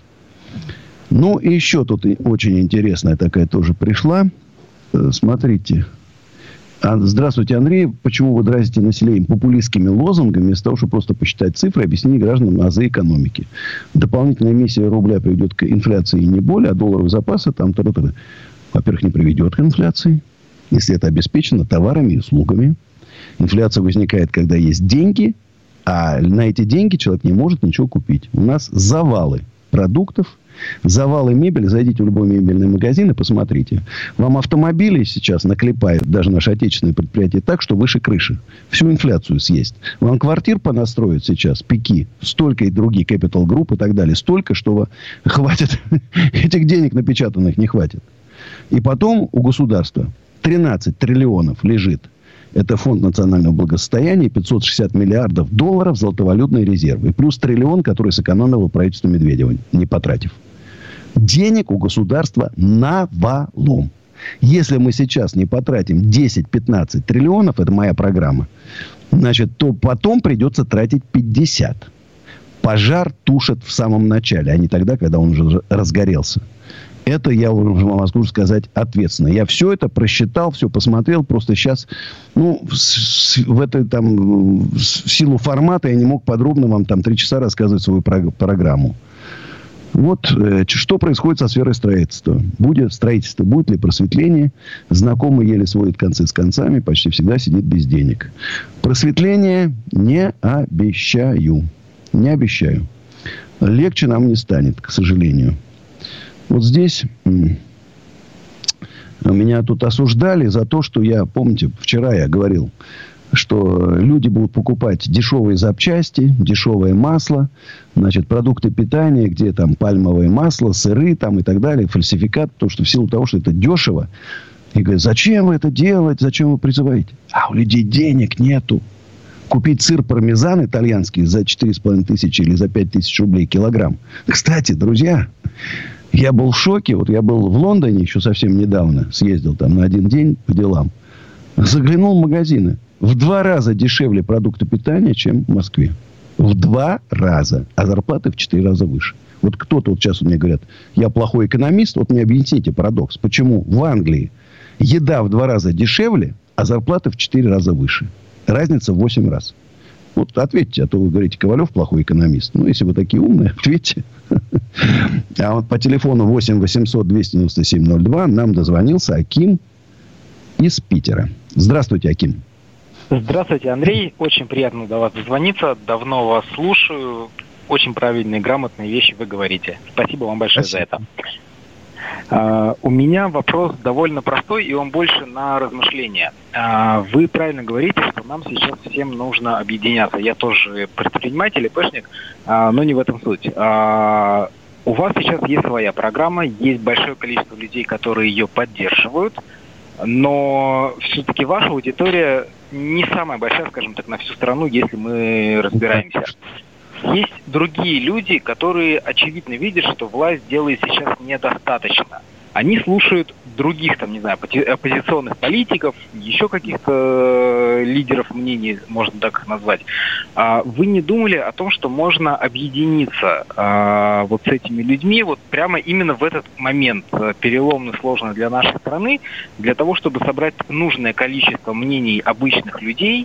Ну, и еще тут очень интересная такая тоже пришла. Смотрите. Здравствуйте, Андрей. Почему вы дразите население популистскими лозунгами, вместо того, чтобы просто посчитать цифры и объяснить гражданам азы экономики? Дополнительная эмиссия рубля приведет к инфляции и не более, а долларовые запасы там... Та-та-та. Во-первых, не приведет к инфляции, если это обеспечено товарами и услугами. Инфляция возникает, когда есть деньги, а на эти деньги человек не может ничего купить. У нас завалы продуктов, завалы мебели. Зайдите в любой мебельный магазин и посмотрите. Вам автомобили сейчас наклепают, даже наши отечественные предприятия, так, что выше крыши. Всю инфляцию съесть. Вам квартир понастроят сейчас, пики, столько и другие, Capital Group и так далее. Столько, что хватит, этих денег напечатанных не хватит. И потом у государства тринадцать триллионов лежит. Это фонд национального благосостояния, пятьсот шестьдесят миллиардов долларов золотовалютные резервы. И плюс триллион, который сэкономило правительство Медведева, не потратив. Денег у государства навалом. Если мы сейчас не потратим десять-пятнадцать триллионов, это моя программа, значит, то потом придется тратить пятьдесят. Пожар тушат в самом начале, а не тогда, когда он уже разгорелся. Это я могу сказать ответственно. Я все это просчитал, все посмотрел. Просто сейчас, ну, в, в этой там, в силу формата я не мог подробно вам там три часа рассказывать свою программу. Вот э, что происходит со сферой строительства. Будет строительство, будет ли просветление. Знакомый еле сводит концы с концами, почти всегда сидит без денег. Просветление не обещаю. Не обещаю. Легче нам не станет, к сожалению. Вот здесь меня тут осуждали за то, что я, помните, вчера я говорил, что люди будут покупать дешевые запчасти, дешевое масло, значит, продукты питания, где там пальмовое масло, сыры там и так далее, фальсификат, потому что в силу того, что это дешево. И говорят, зачем вы это делаете, зачем вы призываете? А у людей денег нету. Купить сыр пармезан итальянский за четыре с половиной тысячи или за пять тысяч рублей килограмм. Кстати, друзья, я был в шоке. Вот я был в Лондоне еще совсем недавно. Съездил там на один день по делам. Заглянул в магазины. В два раза дешевле продукты питания, чем в Москве. В два раза. А зарплаты в четыре раза выше. Вот кто-то вот сейчас у меня говорят, я плохой экономист. Вот мне объясните парадокс. Почему в Англии еда в два раза дешевле, а зарплаты в четыре раза выше? Разница в восемь раз. Вот ответьте, а то вы говорите, Ковалев плохой экономист. Ну, если вы такие умные, ответьте. А вот по телефону восемь восемьсот двести девяносто семь ноль два нам дозвонился Аким из Питера. Здравствуйте, Аким. Здравствуйте, Андрей. Очень приятно до вас дозвониться. Давно вас слушаю. Очень правильные, грамотные вещи вы говорите. Спасибо вам большое Спасибо. за это. Uh, у меня вопрос довольно простой, и он больше на размышления. Uh, вы правильно говорите, что нам сейчас всем нужно объединяться. Я тоже предприниматель, ИПшник, uh, но не в этом суть. Uh, у вас сейчас есть своя программа, есть большое количество людей, которые ее поддерживают, но все-таки ваша аудитория не самая большая, скажем так, на всю страну, если мы разбираемся. Есть другие люди, которые очевидно видят, что власть делает сейчас недостаточно. Они слушают других, там, не знаю, оппозиционных политиков, еще каких-то лидеров мнений, можно так их назвать. Вы не думали о том, что можно объединиться вот с этими людьми, вот прямо именно в этот момент, переломный, сложный для нашей страны, для того, чтобы собрать нужное количество мнений обычных людей,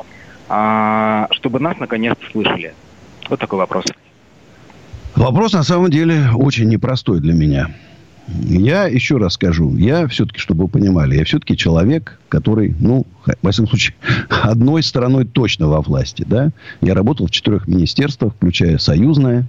чтобы нас наконец-то слышали? Вот такой вопрос. Вопрос, на самом деле, очень непростой для меня. Я еще раз скажу. Я все-таки, чтобы вы понимали, я все-таки человек, который, ну, во всяком случае, одной стороной точно во власти. Да? Я работал в четырех министерствах, включая союзное.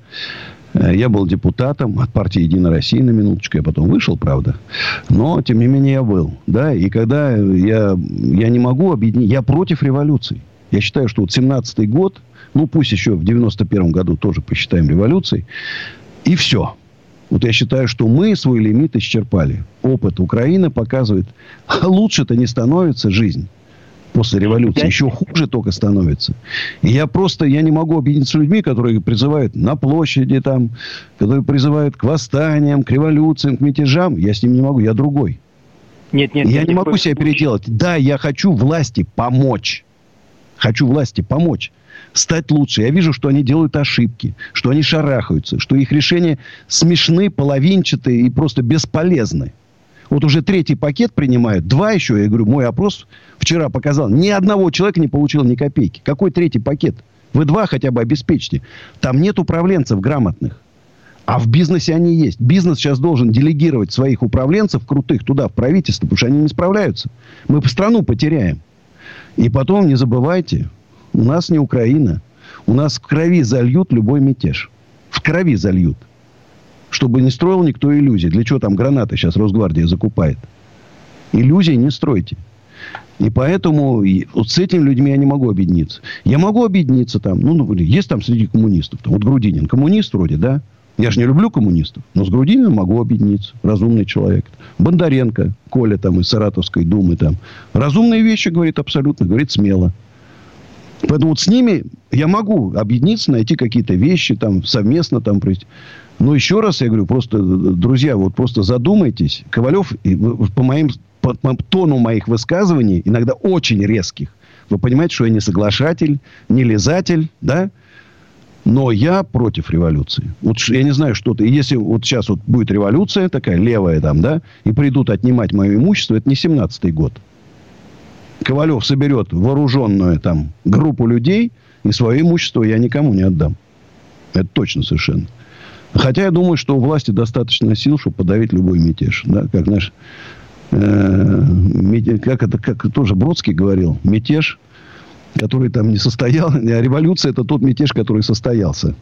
Я был депутатом от партии «Единая Россия», на минуточку. Я потом вышел, правда. Но, тем не менее, я был. Да? И когда я, я не могу объединить... Я против революции. Я считаю, что вот семнадцатый год... Ну, пусть еще в девяносто первом году тоже посчитаем революцией. И все. Вот я считаю, что мы свой лимит исчерпали. Опыт Украины показывает, лучше-то не становится жизнь после революции. Еще хуже только становится. И я просто, я не могу объединиться с людьми, которые призывают на площади там, которые призывают к восстаниям, к революциям, к мятежам. Я с ними не могу, я другой. Нет, нет, я не могу себя переделать. Да, я хочу власти помочь. Хочу власти помочь. Стать лучше. Я вижу, что они делают ошибки, что они шарахаются, что их решения смешны, половинчатые и просто бесполезны. Вот уже третий пакет принимают, два еще, я говорю, мой опрос вчера показал, ни одного человека не получил ни копейки. Какой третий пакет? Вы два хотя бы обеспечьте. Там нет управленцев грамотных. А в бизнесе они есть. Бизнес сейчас должен делегировать своих управленцев крутых туда, в правительство, потому что они не справляются. Мы страну потеряем. И потом, не забывайте, у нас не Украина. У нас в крови зальют любой мятеж. В крови зальют. Чтобы не строил никто иллюзий. Для чего там гранаты сейчас Росгвардия закупает? Иллюзий не стройте. И поэтому вот с этими людьми я не могу объединиться. Я могу объединиться там. Ну, например, есть там среди коммунистов. Там, вот Грудинин. Коммунист вроде, да? Я же не люблю коммунистов. Но с Грудининым могу объединиться. Разумный человек. Бондаренко, Коля там из Саратовской думы там. Разумные вещи говорит абсолютно. Говорит смело. Поэтому вот с ними я могу объединиться, найти какие-то вещи, там, совместно там пройти. Но еще раз я говорю, просто, друзья, вот просто задумайтесь. Ковалев, по моим, по, по тону моих высказываний, иногда очень резких, вы понимаете, что я не соглашатель, не лизатель, да? Но я против революции. Вот я не знаю, что-то... Если вот сейчас вот будет революция такая, левая там, да, и придут отнимать мое имущество, это не семнадцатый год. Ковалев соберет вооруженную там группу людей, и свое имущество я никому не отдам. Это точно совершенно. Хотя я думаю, что у власти достаточно сил, чтобы подавить любой мятеж. Да? Как наш... Э, как это как тоже Бродский говорил, мятеж, который там не состоялся, а революция — это тот мятеж, который состоялся.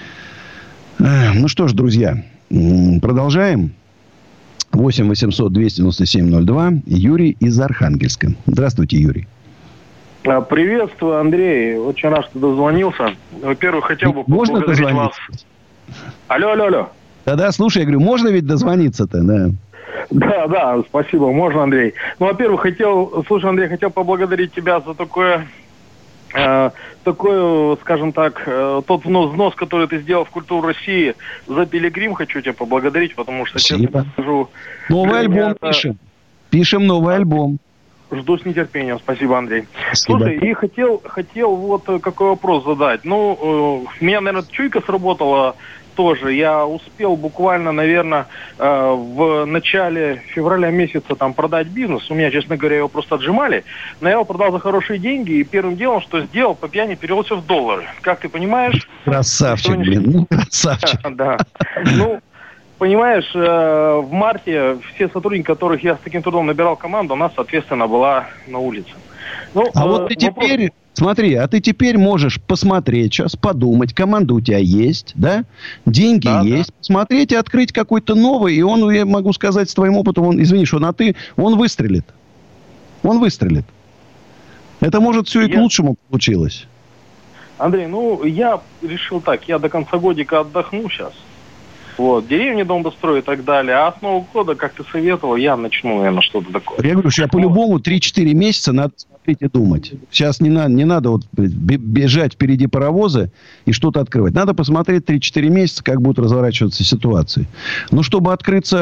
Ну что ж, друзья, продолжаем. восемь восемьсот двести девяносто семь ноль два. Юрий из Архангельска. Здравствуйте, Юрий. Приветствую, Андрей. Очень рад, что дозвонился. Во-первых, хотел бы можно поблагодарить вас. Алло, алло, алло. Да-да, слушай, я говорю, можно ведь дозвониться-то, да? Да, да, спасибо, можно, Андрей. Ну, во-первых, хотел, слушай, Андрей, хотел поблагодарить тебя за такое... Э, такой, скажем так, э, тот взнос, взнос, который ты сделал в культуру России за Пилигрим, хочу тебя поблагодарить, потому что, спасибо. Честно скажу... Новый альбом это... пишем. Пишем новый альбом. Жду с нетерпением. Спасибо, Андрей. Спасибо. Слушай, и хотел, хотел вот какой вопрос задать. Ну, э, у меня, наверное, чуйка сработала тоже. Я успел буквально, наверное, э, в начале февраля месяца там продать бизнес. У меня, честно говоря, его просто отжимали. Но я его продал за хорошие деньги. И первым делом, что сделал, по пьяни перевел все в доллары. Как ты понимаешь... Красавчик, блин. Ну, красавчик. Да. Ну, понимаешь, э, в марте все сотрудники, которых я с таким трудом набирал команду, у нас, соответственно, была на улице. Ну, а э, вот ты вопрос... теперь... Смотри, а ты теперь можешь посмотреть сейчас, подумать, команда у тебя есть, да? Деньги да, есть. Да. Посмотреть и открыть какой-то новый. И он, я могу сказать, с твоим опытом, он, извини, что на ты, он выстрелит. Он выстрелит. Это, может, все и я... к лучшему получилось. Андрей, ну, я решил так. Я до конца годика отдохну сейчас. Вот, деревни дом дострою и так далее. А с Нового года, как ты советовал, я начну, наверное, что-то такое. Я говорю, что я по-любому три-четыре месяца надо смотреть и думать. Сейчас не надо, не надо вот бежать впереди паровоза и что-то открывать. Надо посмотреть три-четыре месяца, как будут разворачиваться ситуации. Но чтобы открыться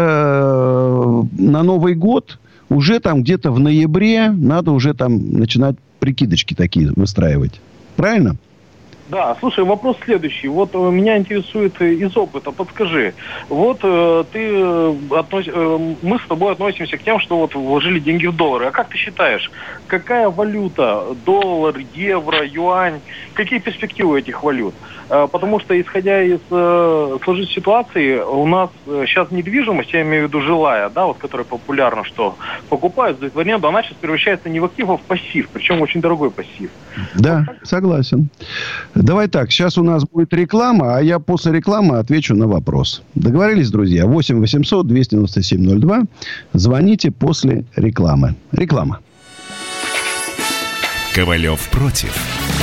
на Новый год, уже там где-то в ноябре надо уже там начинать прикидочки такие выстраивать. Правильно? Да, слушай, вопрос следующий. Вот меня интересует из опыта. Подскажи, вот э, ты э, относ... э, мы с тобой относимся к тем, что вот вложили деньги в доллары. А как ты считаешь, какая валюта? Доллар, евро, юань? Какие перспективы этих валют? Э, потому что, исходя из э, сложившейся ситуации, у нас э, сейчас недвижимость, я имею в виду жилая, да, вот которая популярна, что покупают, сдают в аренду, она сейчас превращается не в актив, а в пассив, причем очень дорогой пассив. Да, вот согласен. Давай так, сейчас у нас будет реклама, а я после рекламы отвечу на вопрос. Договорились, друзья? восемь восемьсот двести девяносто семь ноль два. Звоните после рекламы. Реклама. Ковалев против.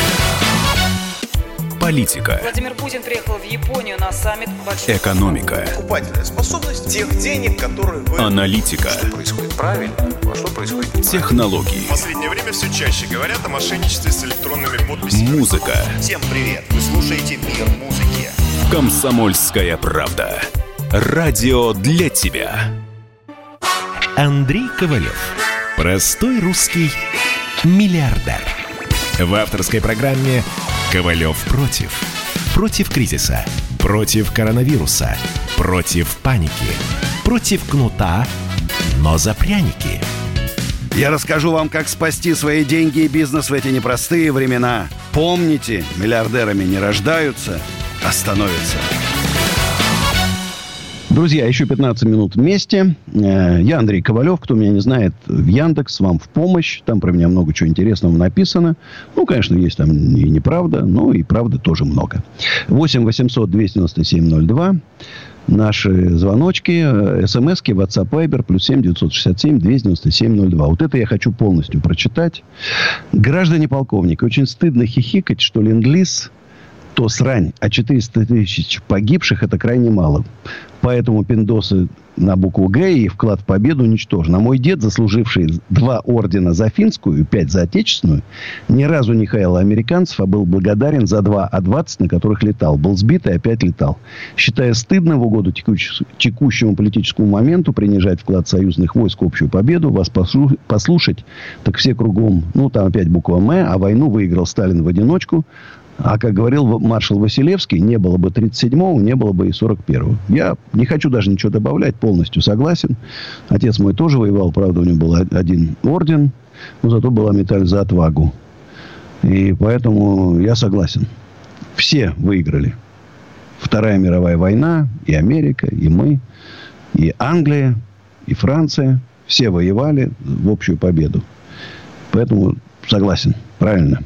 Политика. Владимир Путин приехал в Японию на саммит большой... Экономика. Покупательная способность тех денег, которые вы... Аналитика. Что происходит правильно, а что происходит неправильно. Технологии. В последнее время все чаще говорят о мошенничестве с электронными подписями. Музыка. Всем привет. Вы слушаете «Мир музыки». Комсомольская правда. Радио для тебя. Андрей Ковалев. Простой русский миллиардер. В авторской программе «Ковалев против». Против кризиса, против коронавируса, против паники, против кнута, но за пряники. Я расскажу вам, как спасти свои деньги и бизнес в эти непростые времена. Помните, миллиардерами не рождаются, а становятся. Друзья, еще пятнадцать минут вместе. Я Андрей Ковалев. Кто меня не знает, в Яндекс вам в помощь. Там про меня много чего интересного написано. Ну, конечно, есть там и неправда, но и правды тоже много. восемь восемьсот двести девяносто семь ноль два. Наши звоночки, смски, WhatsApp, Viber, плюс семь девятьсот шестьдесят семь двести девяносто семь ноль два. Вот это я хочу полностью прочитать. Граждане полковника, очень стыдно хихикать, что ленд-лиз то срань. А четыреста тысяч погибших – это крайне мало. Поэтому пиндосы на букву «Г» и вклад в победу уничтожен. А мой дед, заслуживший два ордена за финскую и пять за отечественную, ни разу не хаял американцев, а был благодарен за два А двадцать, на которых летал. Был сбит и опять летал. Считая стыдно в угоду текущ... текущему политическому моменту принижать вклад союзных войск в общую победу, вас послу... послушать, так все кругом, ну, там опять буква «М», а войну выиграл Сталин в одиночку. А, как говорил маршал Василевский, не было бы тридцать седьмого, не было бы и сорок первого. Я не хочу даже ничего добавлять, полностью согласен. Отец мой тоже воевал, правда, у него был один орден, но зато была медаль за отвагу. И поэтому я согласен. Все выиграли. Вторая мировая война, и Америка, и мы, и Англия, и Франция. Все воевали в общую победу. Поэтому согласен, правильно.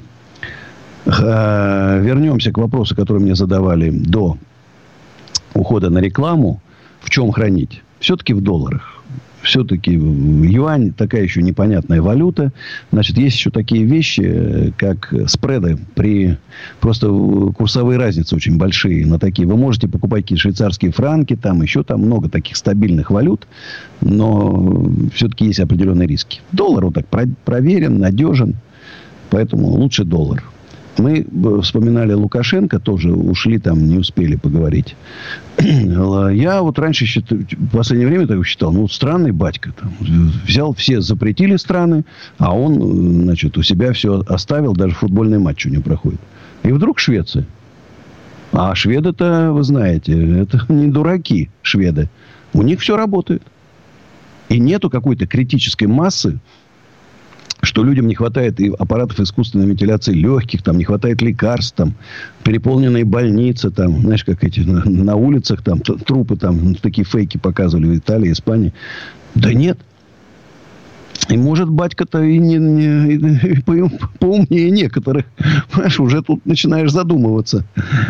Вернемся к вопросу, который мне задавали до ухода на рекламу. В чем хранить? Все-таки в долларах. Все-таки юань такая еще непонятная валюта. Значит, есть еще такие вещи, как спреды. При... Просто курсовые разницы очень большие на такие. Вы можете покупать какие-то швейцарские франки. Там еще там много таких стабильных валют. Но все-таки есть определенные риски. Доллар вот так проверен, надежен. Поэтому лучше доллар. Мы вспоминали Лукашенко, тоже ушли там, не успели поговорить. Я вот раньше считал, в последнее время так считал, ну, странный батька. Там, взял, все запретили страны, а он, значит, у себя все оставил, даже футбольный матч у него проходит. И вдруг Швеция. А шведы-то, вы знаете, это не дураки, шведы. У них все работает. И нету какой-то критической массы, что людям не хватает и аппаратов искусственной вентиляции легких, там не хватает лекарств, там переполненные больницы, там, знаешь, как эти на, на улицах, там трупы, там такие фейки показывали в Италии, Испании. Да нет. И может батька-то и не, не и по, поумнее некоторых. Понимаешь, уже тут начинаешь задумываться.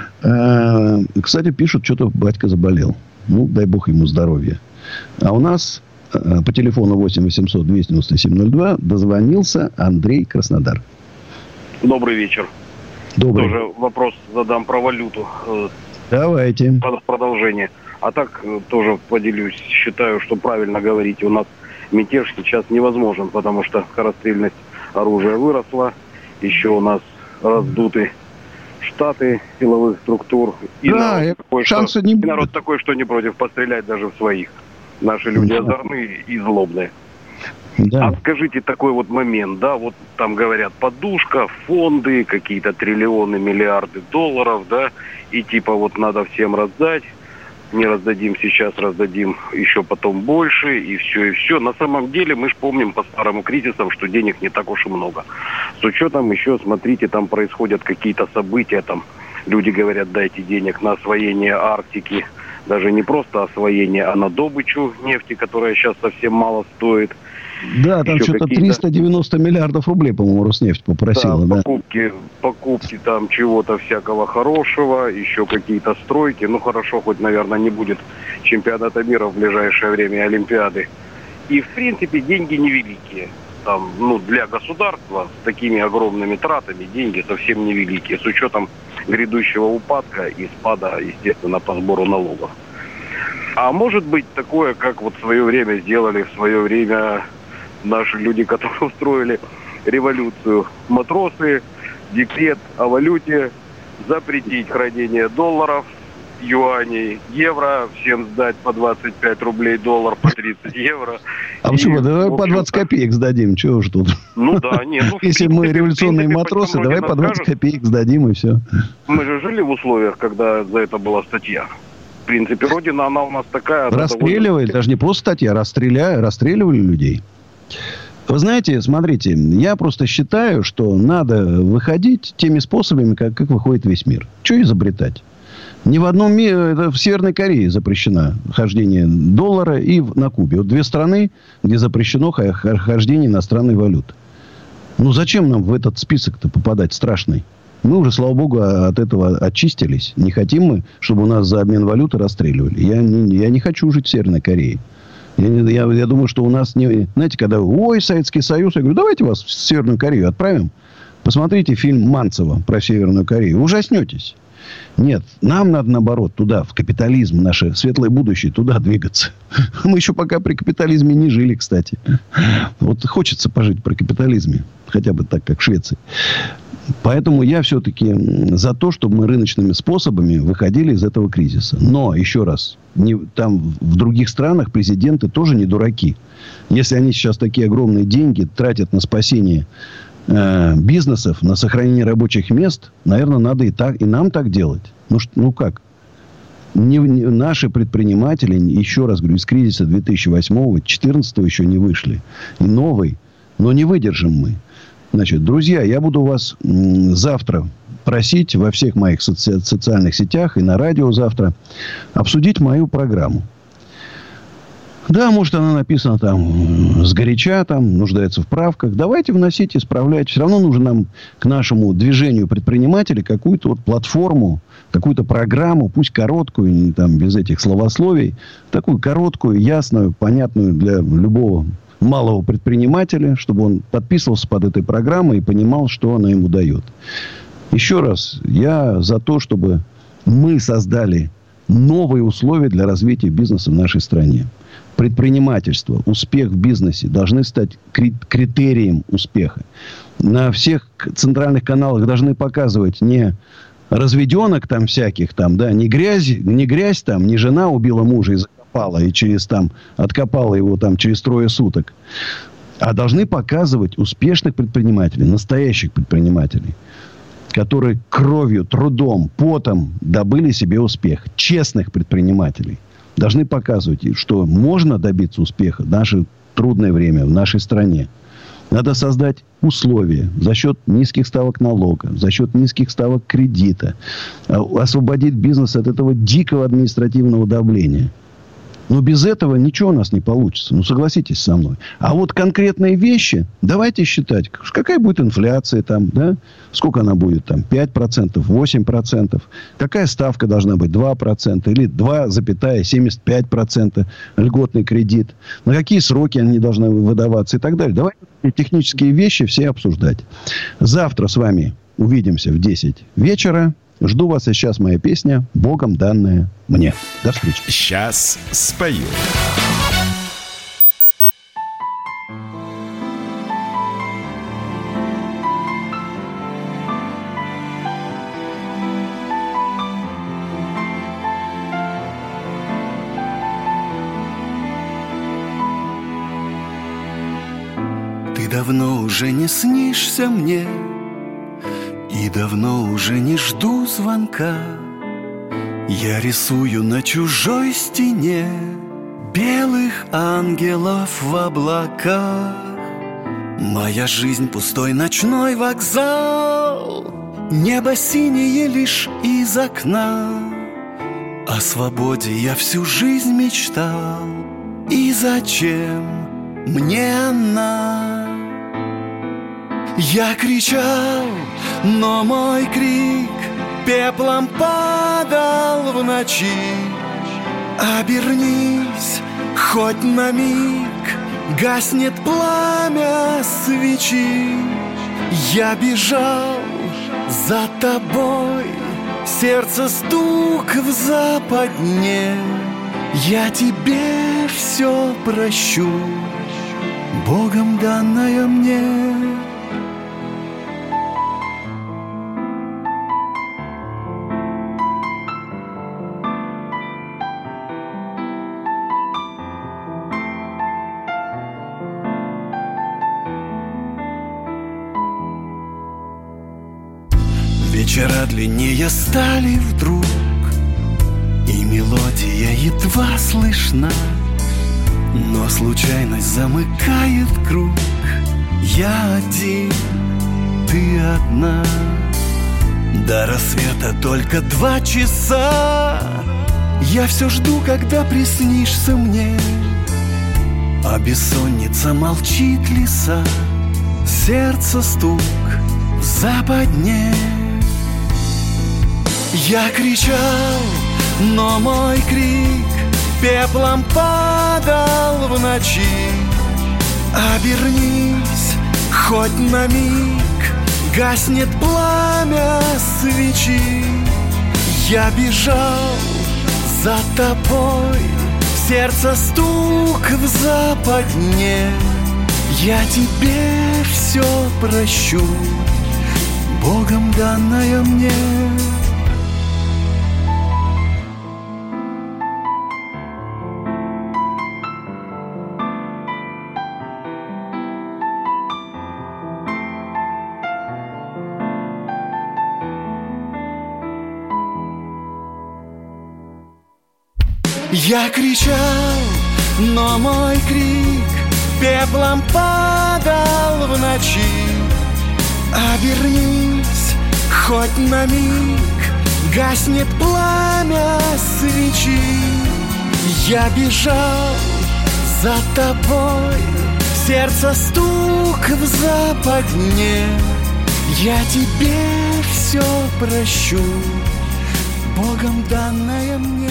А, кстати, пишут, что-то батька заболел. Ну, дай бог ему здоровья. А у нас по телефону восемь восемьсот двести девяносто семь ноль два дозвонился Андрей, Краснодар. Добрый вечер. Добрый. Тоже вопрос задам про валюту. Давайте. Продолжение. А так тоже поделюсь. Считаю, что правильно говорите. У нас мятеж сейчас невозможен, потому что скорострельность оружия выросла. Еще у нас раздуты штаты силовых структур. И да, народ, такой, шанса что, не и народ такой, что не против пострелять даже в своих. Наши люди озорные и злобные. Да. А скажите такой вот момент, да, вот там говорят подушка, фонды, какие-то триллионы, миллиарды долларов, да, и типа вот надо всем раздать, не раздадим сейчас, раздадим еще потом больше, и все, и все. На самом деле мы же помним по старым кризисам, что денег не так уж и много. С учетом еще, смотрите, там происходят какие-то события, там люди говорят, дайте денег на освоение Арктики. Даже не просто освоение, а на добычу нефти, которая сейчас совсем мало стоит. Да, там еще что-то какие-то... триста девяносто миллиардов рублей, по-моему, Роснефть попросила. Да, покупки, да. покупки там чего-то всякого хорошего, еще какие-то стройки. Ну, хорошо, хоть, наверное, не будет чемпионата мира в ближайшее время, Олимпиады. И, в принципе, деньги невеликие. Там, ну, для государства с такими огромными тратами деньги совсем невеликие. С учетом грядущего упадка и спада, естественно, по сбору налогов. А может быть такое, как вот в свое время сделали, в свое время наши люди, которые устроили революцию. Матросы, декрет о валюте, запретить хранение долларов, юаней, евро, всем сдать по двадцать пять рублей доллар, по тридцать евро. А почему? Давай по двадцать копеек сдадим, чего уж тут. Ну да, нет. Ну, если мы революционные матросы, давай по двадцать копеек сдадим и все. Мы же жили в условиях, когда за это была статья. В принципе, Родина, она у нас такая... Расстреливали, даже не просто статья, расстреля... расстреливали людей. Вы знаете, смотрите, я просто считаю, что надо выходить теми способами, как, как выходит весь мир. Что изобретать? Ни в одном мире, это в Северной Корее запрещено хождение доллара и на Кубе. Вот две страны, где запрещено хождение иностранной валюты. Ну, зачем нам в этот список-то попадать страшный? Мы уже, слава богу, от этого очистились. Не хотим мы, чтобы у нас за обмен валюты расстреливали. Я не, я не хочу жить в Северной Корее. Я, я, я думаю, что у нас не... Знаете, когда, ой, Советский Союз, я говорю, давайте вас в Северную Корею отправим. Посмотрите фильм Манцева про Северную Корею. Ужаснетесь. Нет, нам надо, наоборот, туда, в капитализм, наше светлое будущее, туда двигаться. Мы еще пока при капитализме не жили, кстати. Вот хочется пожить при капитализме. Хотя бы так, как в Швеции. Поэтому я все-таки за то, чтобы мы рыночными способами выходили из этого кризиса. Но, еще раз, не, там в других странах президенты тоже не дураки. Если они сейчас такие огромные деньги тратят на спасение э, бизнесов, на сохранение рабочих мест, наверное, надо и, так, и нам так делать. Ну, что, ну как? Не, не, наши предприниматели, еще раз говорю, из кризиса две тысячи восьмого, две тысячи четырнадцатого еще не вышли. И новый. Но не выдержим мы. Значит, друзья, я буду вас завтра просить во всех моих соци- социальных сетях и на радио завтра обсудить мою программу. Да, может, она написана там сгоряча, там, нуждается в правках. Давайте вносите, исправляйте. Все равно нужно нам к нашему движению предпринимателей какую-то вот платформу, какую-то программу, пусть короткую, там, без этих словословий, такую короткую, ясную, понятную для любого малого предпринимателя, чтобы он подписывался под этой программой и понимал, что она ему дает. Еще раз, я за то, чтобы мы создали новые условия для развития бизнеса в нашей стране. Предпринимательство, успех в бизнесе должны стать критерием успеха. На всех центральных каналах должны показывать не разведенок там всяких, там, да, не грязь, не грязь там, не жена убила мужа и закопала, и через там, откопала его там через трое суток. А должны показывать успешных предпринимателей, настоящих предпринимателей, которые кровью, трудом, потом добыли себе успех. Честных предпринимателей. Должны показывать, что можно добиться успеха в наше трудное время, в нашей стране. Надо создать условия за счет низких ставок налога, за счет низких ставок кредита. Освободить бизнес от этого дикого административного давления. Но без этого ничего у нас не получится. Ну, согласитесь со мной. А вот конкретные вещи, давайте считать, какая будет инфляция там, да? Сколько она будет там? пять процентов, восемь процентов. Какая ставка должна быть? два процента или два целых семьдесят пять сотых процента льготный кредит. На какие сроки они должны выдаваться и так далее. Давайте технические вещи все обсуждать. Завтра с вами увидимся в десять вечера. Жду вас, и сейчас моя песня «Богом данная мне». До встречи. Сейчас спою. Ты давно уже не снишься мне, и давно уже не жду звонка. Я рисую на чужой стене белых ангелов в облаках. Моя жизнь пустой ночной вокзал, небо синее лишь из окна. О свободе я всю жизнь мечтал, и зачем мне она? Я кричал, но мой крик пеплом падал в ночи. Обернись, хоть на миг гаснет пламя свечи. Я бежал за тобой, сердце стук в западне. Я тебе все прощу, Богом данное мне. Вечера длиннее стали вдруг, и мелодия едва слышна, но случайность замыкает круг. Я один, ты одна. До рассвета только два часа. Я все жду, когда приснишься мне, а бессонница молчит лиса. Сердце стук в западне. Я кричал, но мой крик пеплом падал в ночи. Обернись, хоть на миг гаснет пламя свечи. Я бежал за тобой, в сердце стук в западне. Я тебе все прощу, Богом данное мне. Я кричал, но мой крик пеплом падал в ночи. Обернись хоть на миг, гаснет пламя свечи. Я бежал за тобой, сердце стук в западне. Я тебе все прощу, Богом данное мне.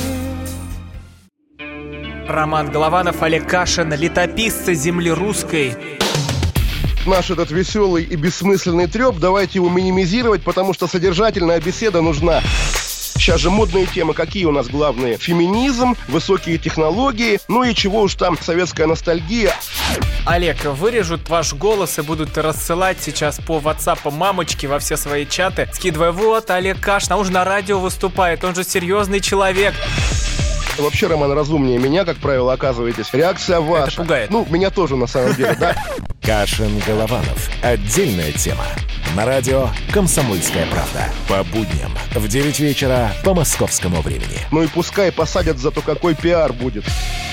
Роман Голованов, Олег Кашин, летописцы земли русской. Наш этот веселый и бессмысленный треп, давайте его минимизировать, потому что содержательная беседа нужна. Сейчас же модные темы, какие у нас главные? Феминизм, высокие технологии, ну и чего уж там, советская ностальгия. Олег, вырежут ваш голос и будут рассылать сейчас по WhatsApp мамочки во все свои чаты, скидывая: вот, Олег Кашин, а он же на радио выступает, он же серьезный человек. Вообще, Роман, разумнее меня, как правило, оказываетесь. Реакция ваша. Это пугает. Ну, меня тоже, на самом деле, да? Кашин-Голованов. Отдельная тема. На радио «Комсомольская правда». По будням в девять вечера по московскому времени. Ну и пускай посадят, зато какой пиар будет.